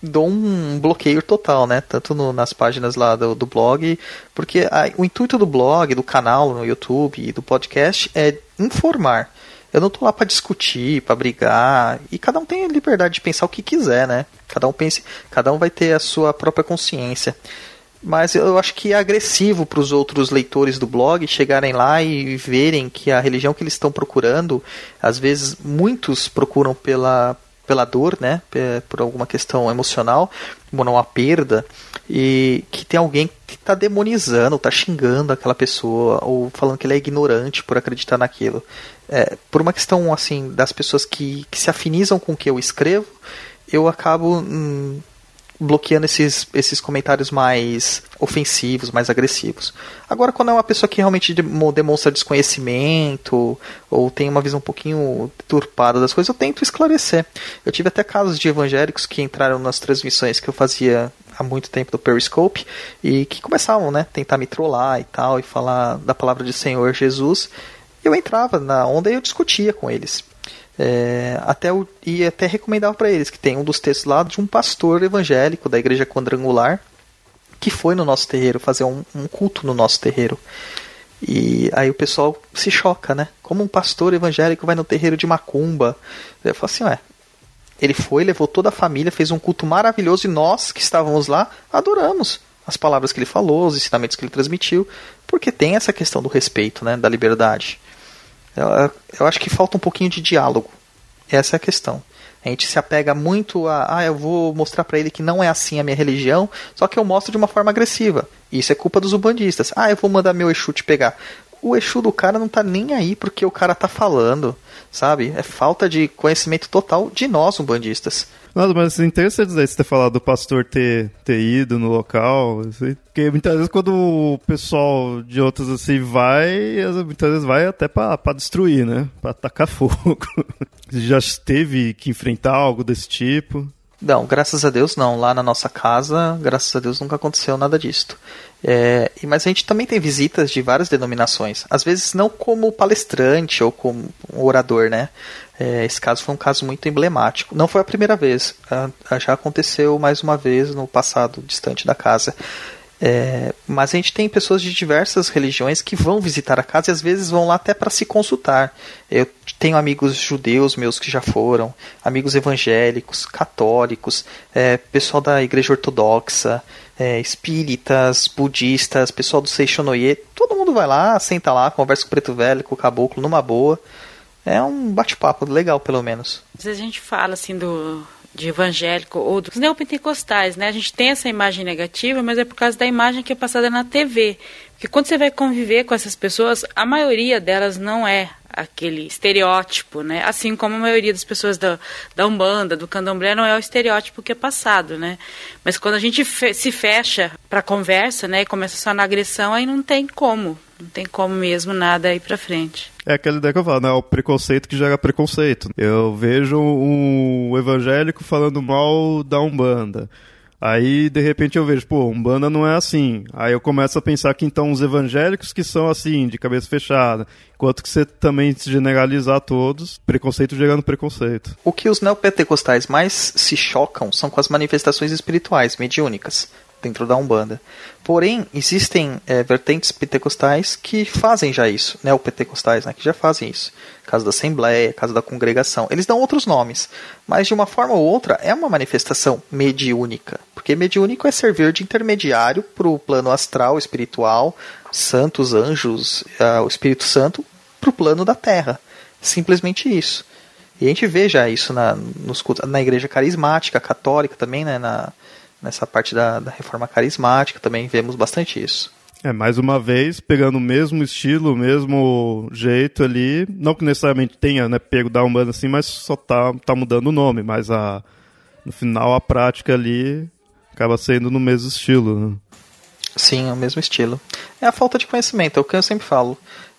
[SPEAKER 4] dou um bloqueio total, né? Tanto nas páginas lá do blog, porque o intuito do blog, do canal no YouTube e do podcast é informar. Eu não tô lá para discutir, para brigar, e cada um tem a liberdade de pensar o que quiser, né? Cada um vai ter a sua própria consciência. Mas eu acho que é agressivo para os outros leitores do blog chegarem lá e verem que a religião que eles estão procurando, às vezes muitos procuram pela dor, né, por alguma questão emocional, como uma perda, e que tem alguém que está demonizando, está xingando aquela pessoa, ou falando que ele é ignorante por acreditar naquilo. Por uma questão assim das pessoas que se afinizam com o que eu escrevo, eu acabo bloqueando esses comentários mais ofensivos, mais agressivos. Agora, quando é uma pessoa que realmente demonstra desconhecimento ou tem uma visão um pouquinho deturpada das coisas, eu tento esclarecer. Eu tive até casos de evangélicos que entraram nas transmissões que eu fazia há muito tempo do Periscope e que começavam, né, tentar me trollar e tal, e falar da palavra de Senhor Jesus. Eu entrava na onda e eu discutia com eles. Até recomendava para eles que tem um dos textos lá de um pastor evangélico da igreja quadrangular que foi no nosso terreiro fazer um culto no nosso terreiro. E aí o pessoal se choca, né? Como um pastor evangélico vai no terreiro de macumba? Eu falo assim, ele foi, levou toda a família, fez um culto maravilhoso e nós que estávamos lá adoramos as palavras que ele falou, os ensinamentos que ele transmitiu, porque tem essa questão do respeito, né? Da liberdade. Eu acho que falta um pouquinho de diálogo. Essa é a questão. A gente se apega muito eu vou mostrar pra ele que não é assim a minha religião, só que eu mostro de uma forma agressiva. Isso é culpa dos umbandistas. Eu vou mandar meu Exu te pegar. O Exu do cara não tá nem aí porque o cara tá falando, sabe? É falta de conhecimento total de nós umbandistas.
[SPEAKER 1] Nossa, mas é interessante você ter falado do pastor ter ido no local, assim, porque muitas vezes quando o pessoal de outros assim muitas vezes vai até pra destruir, né? Pra atacar fogo. Você já teve que enfrentar algo desse tipo?
[SPEAKER 4] Não, graças a Deus não. Lá na nossa casa, graças a Deus nunca aconteceu nada disto. Mas a gente também tem visitas de várias denominações. Às vezes não como palestrante ou como orador, né? Esse caso foi um caso muito emblemático. Não foi a primeira vez. Já aconteceu mais uma vez no passado distante da casa. Mas a gente tem pessoas de diversas religiões que vão visitar a casa e às vezes vão lá até para se consultar. Eu tenho amigos judeus meus que já foram, amigos evangélicos, católicos, pessoal da igreja ortodoxa, espíritas, budistas, pessoal do Seishonoye. Todo mundo vai lá, senta lá, conversa com o preto velho, com o caboclo, numa boa. É um bate-papo legal, pelo menos.
[SPEAKER 2] Às vezes a gente fala assim de evangélico ou dos neopentecostais, né? A gente tem essa imagem negativa, mas é por causa da imagem que é passada na TV. Porque quando você vai conviver com essas pessoas, a maioria delas não é aquele estereótipo, né? Assim como a maioria das pessoas da Umbanda, do Candomblé, não é o estereótipo que é passado, né? Mas quando a gente se fecha para conversa, né, e começa só na agressão, aí não tem como mesmo nada ir pra frente.
[SPEAKER 1] É aquela ideia que eu falo, né? O preconceito que gera preconceito. Eu vejo um evangélico falando mal da Umbanda. Aí, de repente, eu vejo, Umbanda não é assim. Aí eu começo a pensar que, então, os evangélicos que são assim, de cabeça fechada, enquanto que você também se generalizar todos, preconceito gerando preconceito.
[SPEAKER 4] O que os neopentecostais mais se chocam são com as manifestações espirituais, mediúnicas, dentro da Umbanda. Porém, existem vertentes pentecostais que fazem já isso, neopentecostais, né, que já fazem isso. Caso da Assembleia, caso da Congregação. Eles dão outros nomes, mas de uma forma ou outra é uma manifestação mediúnica. Porque mediúnico é servir de intermediário para o plano astral, espiritual, santos, anjos, o Espírito Santo, para o plano da Terra. Simplesmente isso. E a gente vê já isso nos cultos, na igreja carismática, católica também, né, nessa parte da reforma carismática também vemos bastante isso.
[SPEAKER 1] Mais uma vez, pegando o mesmo estilo, o mesmo jeito ali, não que necessariamente tenha, né, pego da Umbanda assim, mas só tá mudando o nome, mas no final a prática ali acaba sendo no mesmo estilo, né?
[SPEAKER 4] Sim, é o mesmo estilo. É a falta de conhecimento, é o que eu sempre falo.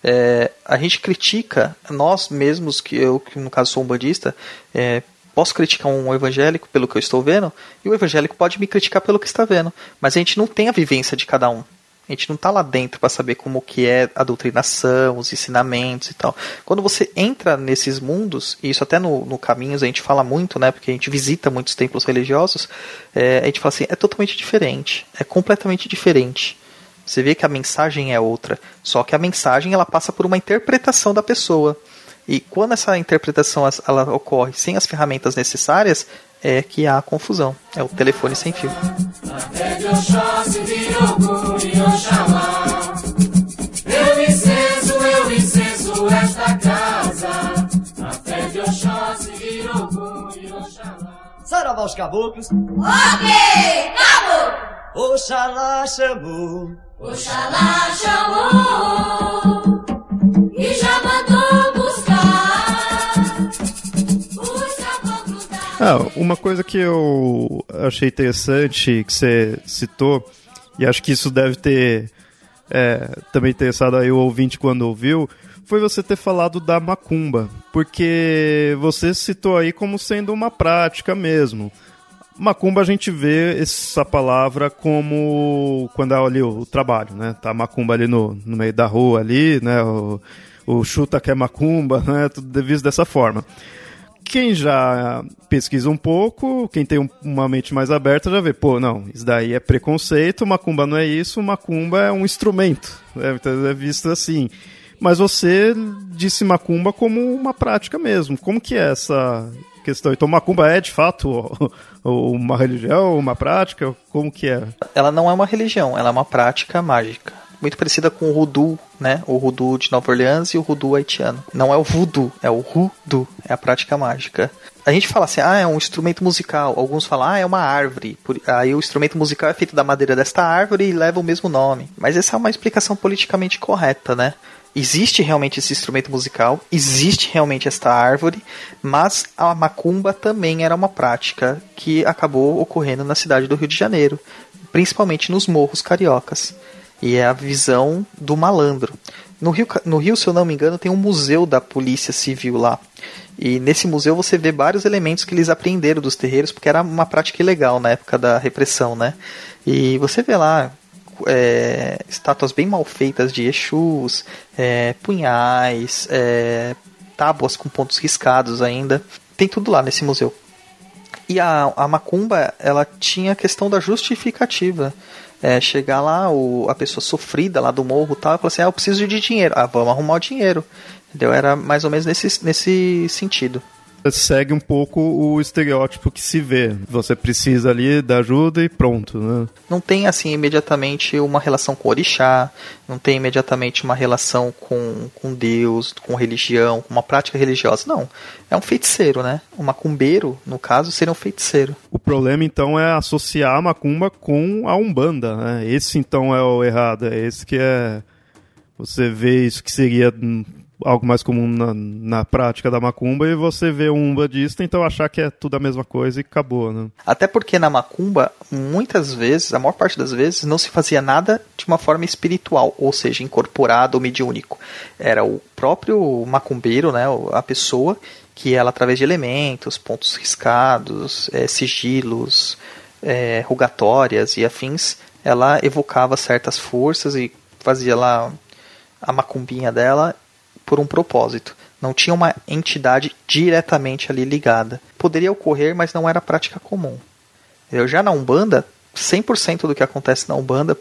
[SPEAKER 4] A gente critica, nós mesmos, que no caso sou umbandista, posso criticar um evangélico pelo que eu estou vendo, e o evangélico pode me criticar pelo que está vendo. Mas a gente não tem a vivência de cada um. A gente não está lá dentro para saber como que é a doutrinação, os ensinamentos e tal. Quando você entra nesses mundos, e isso até no Caminhos a gente fala muito, né, porque a gente visita muitos templos religiosos, a gente fala assim, é totalmente diferente, é completamente diferente. Você vê que a mensagem é outra, só que a mensagem ela passa por uma interpretação da pessoa. E quando essa interpretação ela ocorre sem as ferramentas necessárias, é que há confusão. É o telefone sem fio.
[SPEAKER 3] Até de Oxóssi virou Guri, Oxalá. Eu incenso esta casa. Até de Oxóssi virou Guri, Oxalá.
[SPEAKER 5] Saravá os caboclos,
[SPEAKER 3] Ok, cabo!
[SPEAKER 5] Oxalá chamou.
[SPEAKER 3] Oxalá chamou e já mandou buscar os caboclos da...
[SPEAKER 1] Uma coisa que eu achei interessante que você citou, e acho que isso deve ter também interessado aí o ouvinte quando ouviu, foi você ter falado da macumba, porque você citou aí como sendo uma prática mesmo. Macumba a gente vê essa palavra como quando é ali o trabalho, né? Tá a macumba ali no meio da rua ali, né? O chuta que é macumba, né? Tudo visto dessa forma. Quem já pesquisa um pouco, quem tem uma mente mais aberta já vê, pô, não, isso daí é preconceito, macumba não é isso, macumba é um instrumento, né? Então é visto assim. Mas você disse macumba como uma prática mesmo. Como que é essa questão? Então macumba é de fato uma religião, uma prática? Como que é?
[SPEAKER 4] Ela não é uma religião, ela é uma prática mágica. Muito parecida com o voodoo, né? O voodoo de Nova Orleans e o voodoo haitiano. Não é o voodoo, é o hoodoo, é a prática mágica. A gente fala assim, é um instrumento musical. Alguns falam, é uma árvore. Aí o instrumento musical é feito da madeira desta árvore e leva o mesmo nome. Mas essa é uma explicação politicamente correta, né? Existe realmente esse instrumento musical, existe realmente esta árvore, mas a macumba também era uma prática que acabou ocorrendo na cidade do Rio de Janeiro, principalmente nos morros cariocas. E é a visão do malandro. No Rio, se eu não me engano, tem um museu da Polícia Civil lá. E nesse museu você vê vários elementos que eles apreenderam dos terreiros, porque era uma prática ilegal na época da repressão, né? E você vê lá estátuas bem mal feitas de Exus, punhais, tábuas com pontos riscados ainda. Tem tudo lá nesse museu. E a macumba, ela tinha a questão da justificativa. Chegar lá, a pessoa sofrida lá do morro tal, e falar assim, eu preciso de dinheiro. Vamos arrumar o dinheiro. Entendeu? Era mais ou menos nesse sentido.
[SPEAKER 1] Segue um pouco o estereótipo que se vê. Você precisa ali da ajuda e pronto, né?
[SPEAKER 4] Não tem, assim, imediatamente uma relação com orixá, não tem imediatamente uma relação com Deus, com religião, com uma prática religiosa. Não. É um feiticeiro, né? Um macumbeiro, no caso, seria um feiticeiro.
[SPEAKER 1] O problema, então, é associar a macumba com a umbanda, né? Esse, então, é o errado. É esse que é... Você vê isso que seria algo mais comum na prática da macumba e você vê um umbandista, então achar que é tudo a mesma coisa e acabou, né?
[SPEAKER 4] Até porque na macumba, muitas vezes, a maior parte das vezes, não se fazia nada de uma forma espiritual, ou seja, incorporado ou mediúnico. Era o próprio macumbeiro, né, a pessoa, que ela, através de elementos, pontos riscados, sigilos, rogatórias e afins, ela evocava certas forças e fazia lá a macumbinha dela por um propósito. Não tinha uma entidade diretamente ali ligada. Poderia ocorrer, mas não era prática comum. Já na Umbanda, 100% do que acontece na Umbanda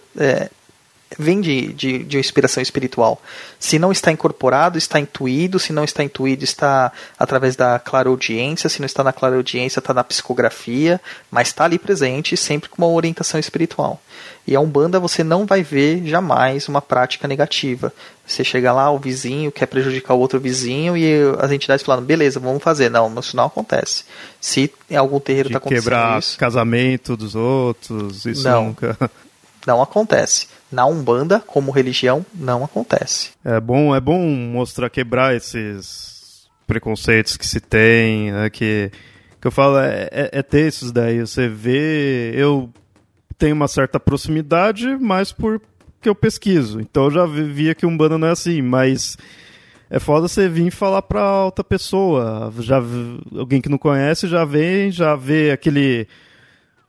[SPEAKER 4] vem de inspiração espiritual. Se não está incorporado, está intuído. Se não está intuído, está através da clareaudiência. Se não está na clareaudiência, está na psicografia. Mas está ali presente, sempre com uma orientação espiritual. E a Umbanda você não vai ver jamais uma prática negativa. Você chega lá, o vizinho quer prejudicar o outro vizinho e as entidades falam, beleza, vamos fazer. Não, isso não acontece. Se em algum terreiro está acontecendo
[SPEAKER 1] quebrar
[SPEAKER 4] isso...
[SPEAKER 1] casamento dos outros, isso nunca...
[SPEAKER 4] Não acontece. Na Umbanda, como religião, não acontece.
[SPEAKER 1] É bom mostrar, quebrar esses preconceitos que se tem, né, que eu falo, é ter esses daí. Você vê, eu tenho uma certa proximidade, mas porque eu pesquiso. Então eu já via que Umbanda não é assim, mas é foda você vir falar pra outra pessoa. Alguém que não conhece já vê aquele...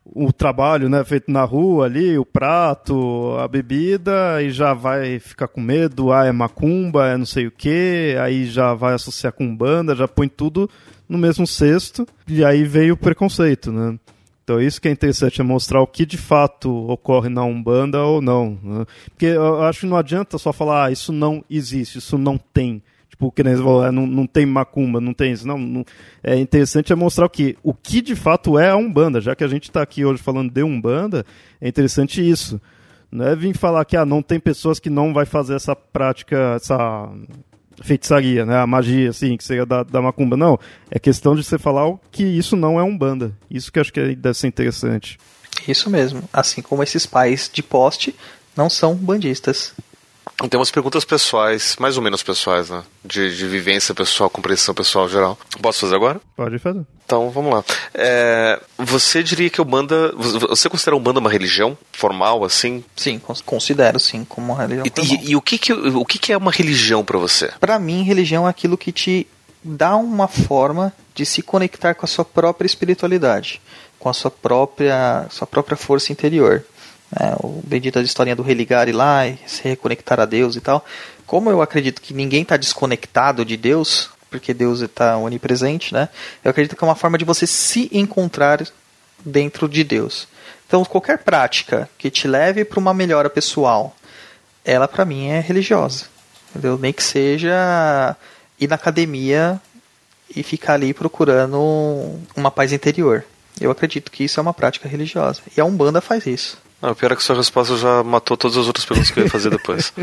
[SPEAKER 1] o trabalho, né, feito na rua ali, o prato, a bebida, e já vai ficar com medo, é macumba, é não sei o que, aí já vai associar com Umbanda, já põe tudo no mesmo cesto, e aí veio o preconceito, né? Então isso que é interessante, é mostrar o que de fato ocorre na Umbanda ou não, né? Porque eu acho que não adianta só falar, isso não existe, isso não tem. Tipo, que nem você falou, não tem macumba, não tem isso. Não, é interessante mostrar o que de fato é a Umbanda. Já que a gente está aqui hoje falando de Umbanda, é interessante isso. Não é vir falar que não tem pessoas que não vai fazer essa prática, essa feitiçaria, né? A magia, assim, que seria da macumba. Não, é questão de você falar que isso não é Umbanda. Isso que eu acho que deve ser interessante.
[SPEAKER 4] Isso mesmo. Assim como esses pais de poste não são bandistas.
[SPEAKER 6] Tem umas perguntas pessoais, mais ou menos pessoais, né? De vivência pessoal, compreensão pessoal geral. Posso fazer agora?
[SPEAKER 1] Pode fazer.
[SPEAKER 6] Então, vamos lá. Você diria que Umbanda... Você considera Umbanda uma religião formal, assim?
[SPEAKER 4] Sim, considero, sim, como uma religião formal.
[SPEAKER 6] E o que é uma religião para você?
[SPEAKER 4] Para mim, religião é aquilo que te dá uma forma de se conectar com a sua própria espiritualidade, com a sua própria força interior. O bendito da historinha do religare lá, e se reconectar a Deus e tal. Como eu acredito que ninguém está desconectado de Deus, porque Deus está onipresente, né? Eu acredito que é uma forma de você se encontrar dentro de Deus. Então, qualquer prática que te leve para uma melhora pessoal, ela para mim é religiosa. Entendeu? Nem que seja ir na academia e ficar ali procurando uma paz interior. Eu acredito que isso é uma prática religiosa. E a Umbanda faz isso.
[SPEAKER 6] O pior é que sua resposta já matou todas as outras perguntas que eu ia fazer depois.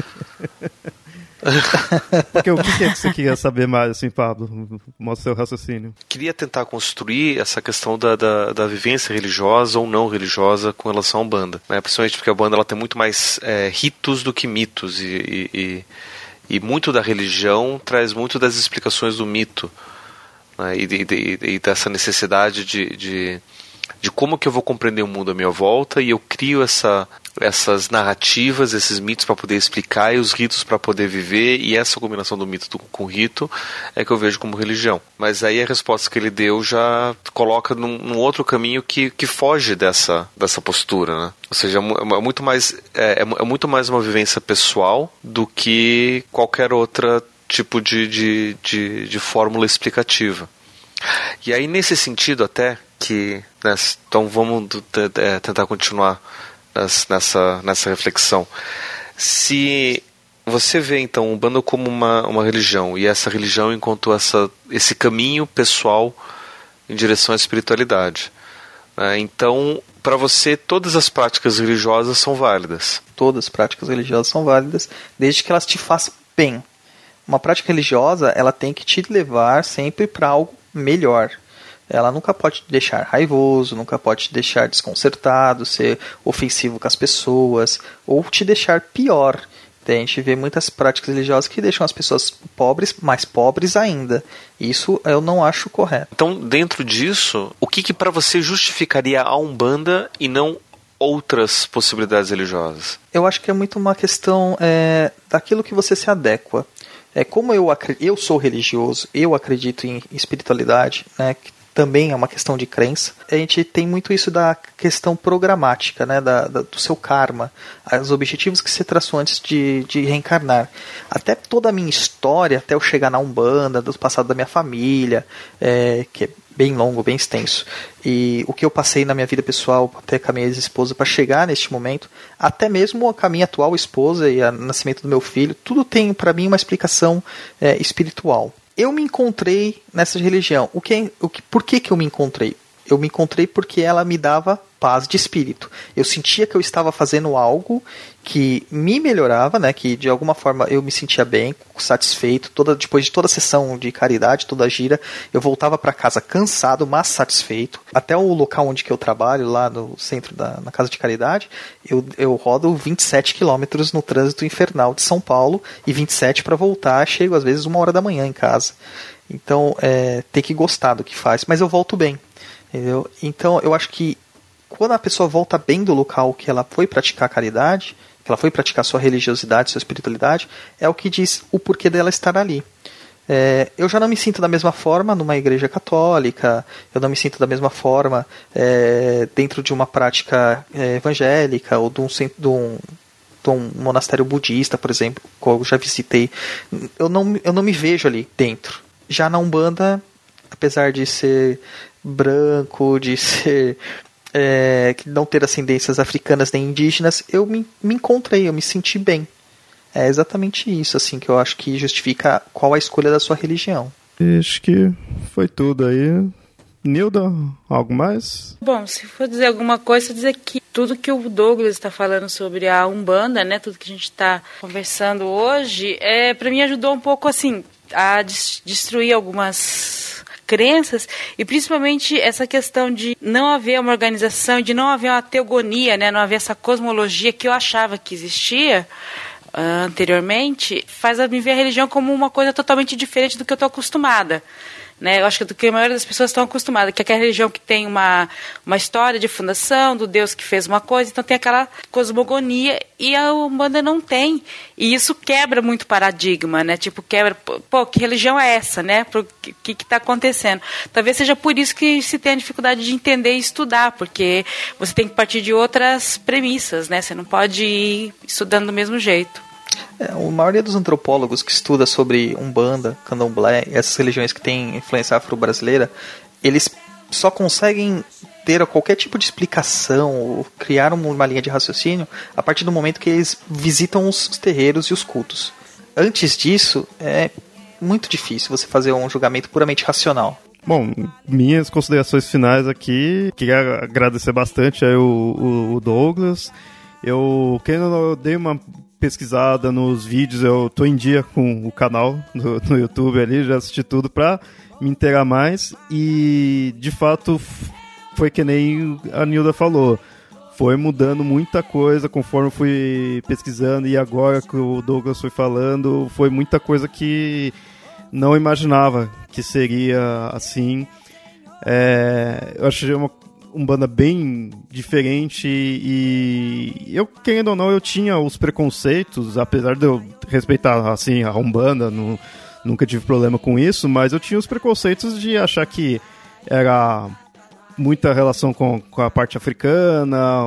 [SPEAKER 1] Porque o que é que você queria saber mais, assim, Pablo? Mostra seu raciocínio.
[SPEAKER 6] Queria tentar construir essa questão da vivência religiosa ou não religiosa com relação à Umbanda, né? Principalmente porque a Umbanda ela tem muito mais ritos do que mitos e muito da religião traz muito das explicações do mito, né? E dessa necessidade de como que eu vou compreender o mundo à minha volta, e eu crio essas narrativas, esses mitos para poder explicar e os ritos para poder viver, e essa combinação do mito com o rito é que eu vejo como religião. Mas aí a resposta que ele deu já coloca num outro caminho que foge dessa postura, né? Ou seja, é muito mais uma vivência pessoal do que qualquer outra tipo de fórmula explicativa. E aí, nesse sentido até, então vamos tentar continuar nessa reflexão. Se você vê então o Umbanda como uma religião, e essa religião enquanto esse caminho pessoal em direção à espiritualidade, né? Então, para você, todas as práticas religiosas são válidas?
[SPEAKER 4] Todas as práticas religiosas são válidas, desde que elas te façam bem. Uma prática religiosa, ela tem que te levar sempre para algo melhor. Ela nunca pode te deixar raivoso, nunca pode te deixar desconcertado, ser ofensivo com as pessoas, ou te deixar pior. A gente vê muitas práticas religiosas que deixam as pessoas pobres, mais pobres ainda. Isso eu não acho correto.
[SPEAKER 6] Então, dentro disso, o que para você justificaria a Umbanda e não outras possibilidades religiosas?
[SPEAKER 4] Eu acho que é muito uma questão daquilo que você se adequa. Como eu sou religioso, eu acredito em espiritualidade, né, que também é uma questão de crença. A gente tem muito isso da questão programática, né, do seu karma, os objetivos que você traçou antes de reencarnar. Até toda a minha história, até eu chegar na Umbanda, do passado da minha família, que é bem longo, bem extenso, e o que eu passei na minha vida pessoal, até com a minha ex-esposa, para chegar neste momento, até mesmo com a minha atual esposa e o nascimento do meu filho, tudo tem para mim uma explicação espiritual. Eu me encontrei nessa religião. Por que eu me encontrei? Eu me encontrei porque ela me dava paz de espírito. Eu sentia que eu estava fazendo algo que me melhorava, né? Que de alguma forma eu me sentia bem, satisfeito. Depois de toda a sessão de caridade, toda a gira, eu voltava para casa cansado, mas satisfeito. Até o local onde que eu trabalho, lá no centro na casa de caridade, eu rodo 27 quilômetros no trânsito infernal de São Paulo, e 27 para voltar, chego às vezes 1h da manhã em casa. Então, tem que gostar do que faz, mas eu volto bem. Entendeu? Então, eu acho que quando a pessoa volta bem do local que ela foi praticar caridade, que ela foi praticar sua religiosidade, sua espiritualidade, é o que diz o porquê dela estar ali. Eu já não me sinto da mesma forma numa igreja católica, eu não me sinto da mesma forma dentro de uma prática evangélica ou de um monastério budista, por exemplo, que eu já visitei. Eu não me vejo ali dentro. Já na Umbanda, apesar de ser branco, de ser não ter ascendências africanas nem indígenas, eu me encontrei, eu me senti bem. É exatamente isso, assim, que eu acho que justifica qual a escolha da sua religião.
[SPEAKER 1] Acho que foi tudo aí. Nilda, algo mais?
[SPEAKER 2] Bom, se for dizer alguma coisa, dizer que tudo que o Douglas está falando sobre a Umbanda, né, tudo que a gente está conversando hoje, para mim ajudou um pouco, assim, a destruir algumas crenças, e principalmente essa questão de não haver uma organização, de não haver uma teogonia, né, não haver essa cosmologia que eu achava que existia anteriormente, faz me ver a religião como uma coisa totalmente diferente do que eu estou acostumada. Né? Eu acho que do que a maioria das pessoas estão acostumadas, que é aquela religião que tem uma história de fundação, do Deus que fez uma coisa, então tem aquela cosmogonia, e a Umbanda não tem. E isso quebra muito paradigma, né? Tipo, quebra, pô, que religião é essa, né? O que está acontecendo? Talvez seja por isso que se tem a dificuldade de entender e estudar, porque você tem que partir de outras premissas, né? Você não pode ir estudando do mesmo jeito.
[SPEAKER 4] A maioria dos antropólogos que estuda sobre Umbanda, Candomblé, essas religiões que têm influência afro-brasileira, eles só conseguem ter qualquer tipo de explicação ou criar uma linha de raciocínio a partir do momento que eles visitam os terreiros e os cultos. Antes disso, é muito difícil você fazer um julgamento puramente racional.
[SPEAKER 1] Bom, minhas considerações finais aqui, queria agradecer bastante aí o Douglas. Eu dei uma pesquisada nos vídeos, eu tô em dia com o canal no YouTube ali, já assisti tudo pra me inteirar mais, e de fato foi que nem a Nilda falou, foi mudando muita coisa conforme eu fui pesquisando, e agora que o Douglas foi falando, foi muita coisa que não imaginava que seria assim. Eu achei uma Umbanda bem diferente, e eu, querendo ou não, eu tinha os preconceitos, apesar de eu respeitar assim a Umbanda, nunca tive problema com isso, mas eu tinha os preconceitos de achar que era muita relação com a parte africana,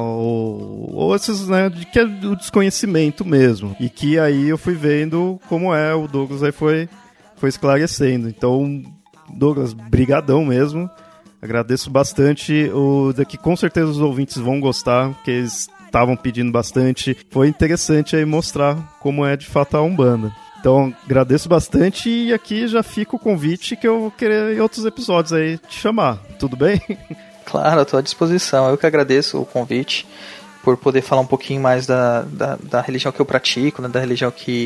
[SPEAKER 1] ou esses, né, de que é do desconhecimento mesmo, e que aí eu fui vendo como o Douglas aí foi esclarecendo. Então, Douglas, brigadão mesmo. Agradeço bastante, daqui com certeza os ouvintes vão gostar, porque eles estavam pedindo bastante. Foi interessante aí mostrar como é de fato a Umbanda. Então, agradeço bastante, e aqui já fica o convite que eu vou querer em outros episódios aí te chamar. Tudo bem?
[SPEAKER 4] Claro, estou à disposição. Eu que agradeço o convite por poder falar um pouquinho mais da religião que eu pratico, né, da religião que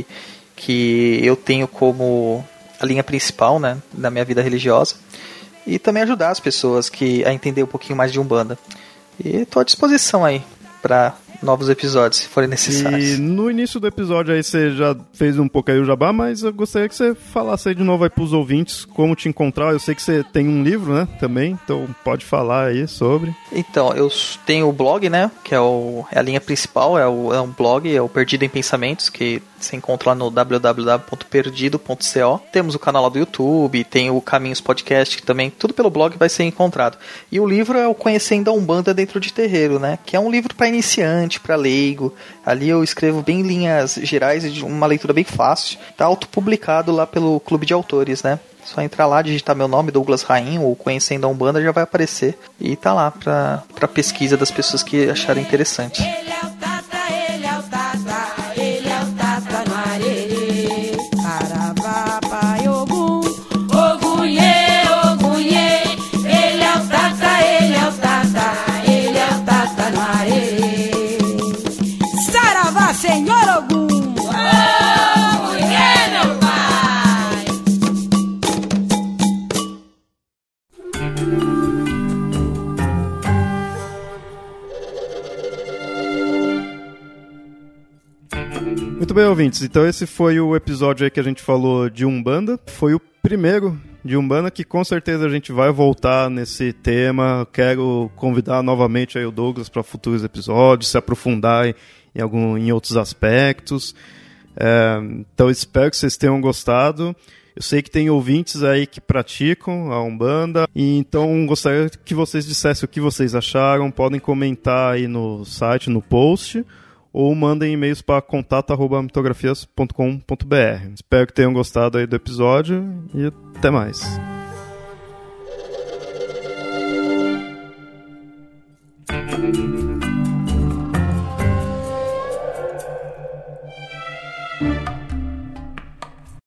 [SPEAKER 4] eu tenho como a linha principal, né, da minha vida religiosa. E também ajudar as pessoas a entender um pouquinho mais de Umbanda. E estou à disposição aí para novos episódios, se forem necessários.
[SPEAKER 1] E no início do episódio aí você já fez um pouco aí o jabá, mas eu gostaria que você falasse aí de novo aí pros ouvintes como te encontrar. Eu sei que você tem um livro, né, também, então pode falar aí sobre.
[SPEAKER 4] Então, eu tenho o blog, né, que é a linha principal, é um blog, é o Perdido em Pensamentos, que você encontra lá no www.perdido.co. Temos o canal lá do YouTube, tem o Caminhos Podcast, que também tudo pelo blog vai ser encontrado. E o livro é o Conhecendo a Umbanda Dentro de Terreiro, né, que é um livro para iniciante, para leigo. Ali eu escrevo bem linhas gerais e de uma leitura bem fácil. Tá autopublicado lá pelo Clube de Autores, né? Só entrar lá, digitar meu nome, Douglas Rainho, ou Conhecendo a Umbanda, já vai aparecer. E tá lá pra pesquisa das pessoas que acharem interessante.
[SPEAKER 3] Ele é o Tata, ele é o Tata, ele é o Tata no arerê. Aravá, pai, Ogum, Ogunhê, Ogunhê. Ele é o Tata, ele é o Tata, ele é o Tata no arerê. Saravá, Senhor Ogum. Ogunhê, meu pai.
[SPEAKER 1] Muito bem, ouvintes, então esse foi o episódio aí que a gente falou de Umbanda. Foi o primeiro de Umbanda, que com certeza a gente vai voltar nesse tema. Quero convidar novamente aí o Douglas para futuros episódios, se aprofundar em outros aspectos. Então espero que vocês tenham gostado. Eu sei que tem ouvintes aí que praticam a Umbanda, e então gostaria que vocês dissessem o que vocês acharam. Podem comentar aí no site, no post, ou mandem e-mails para contato@mitografias.com.br. Espero que tenham gostado aí do episódio e até mais.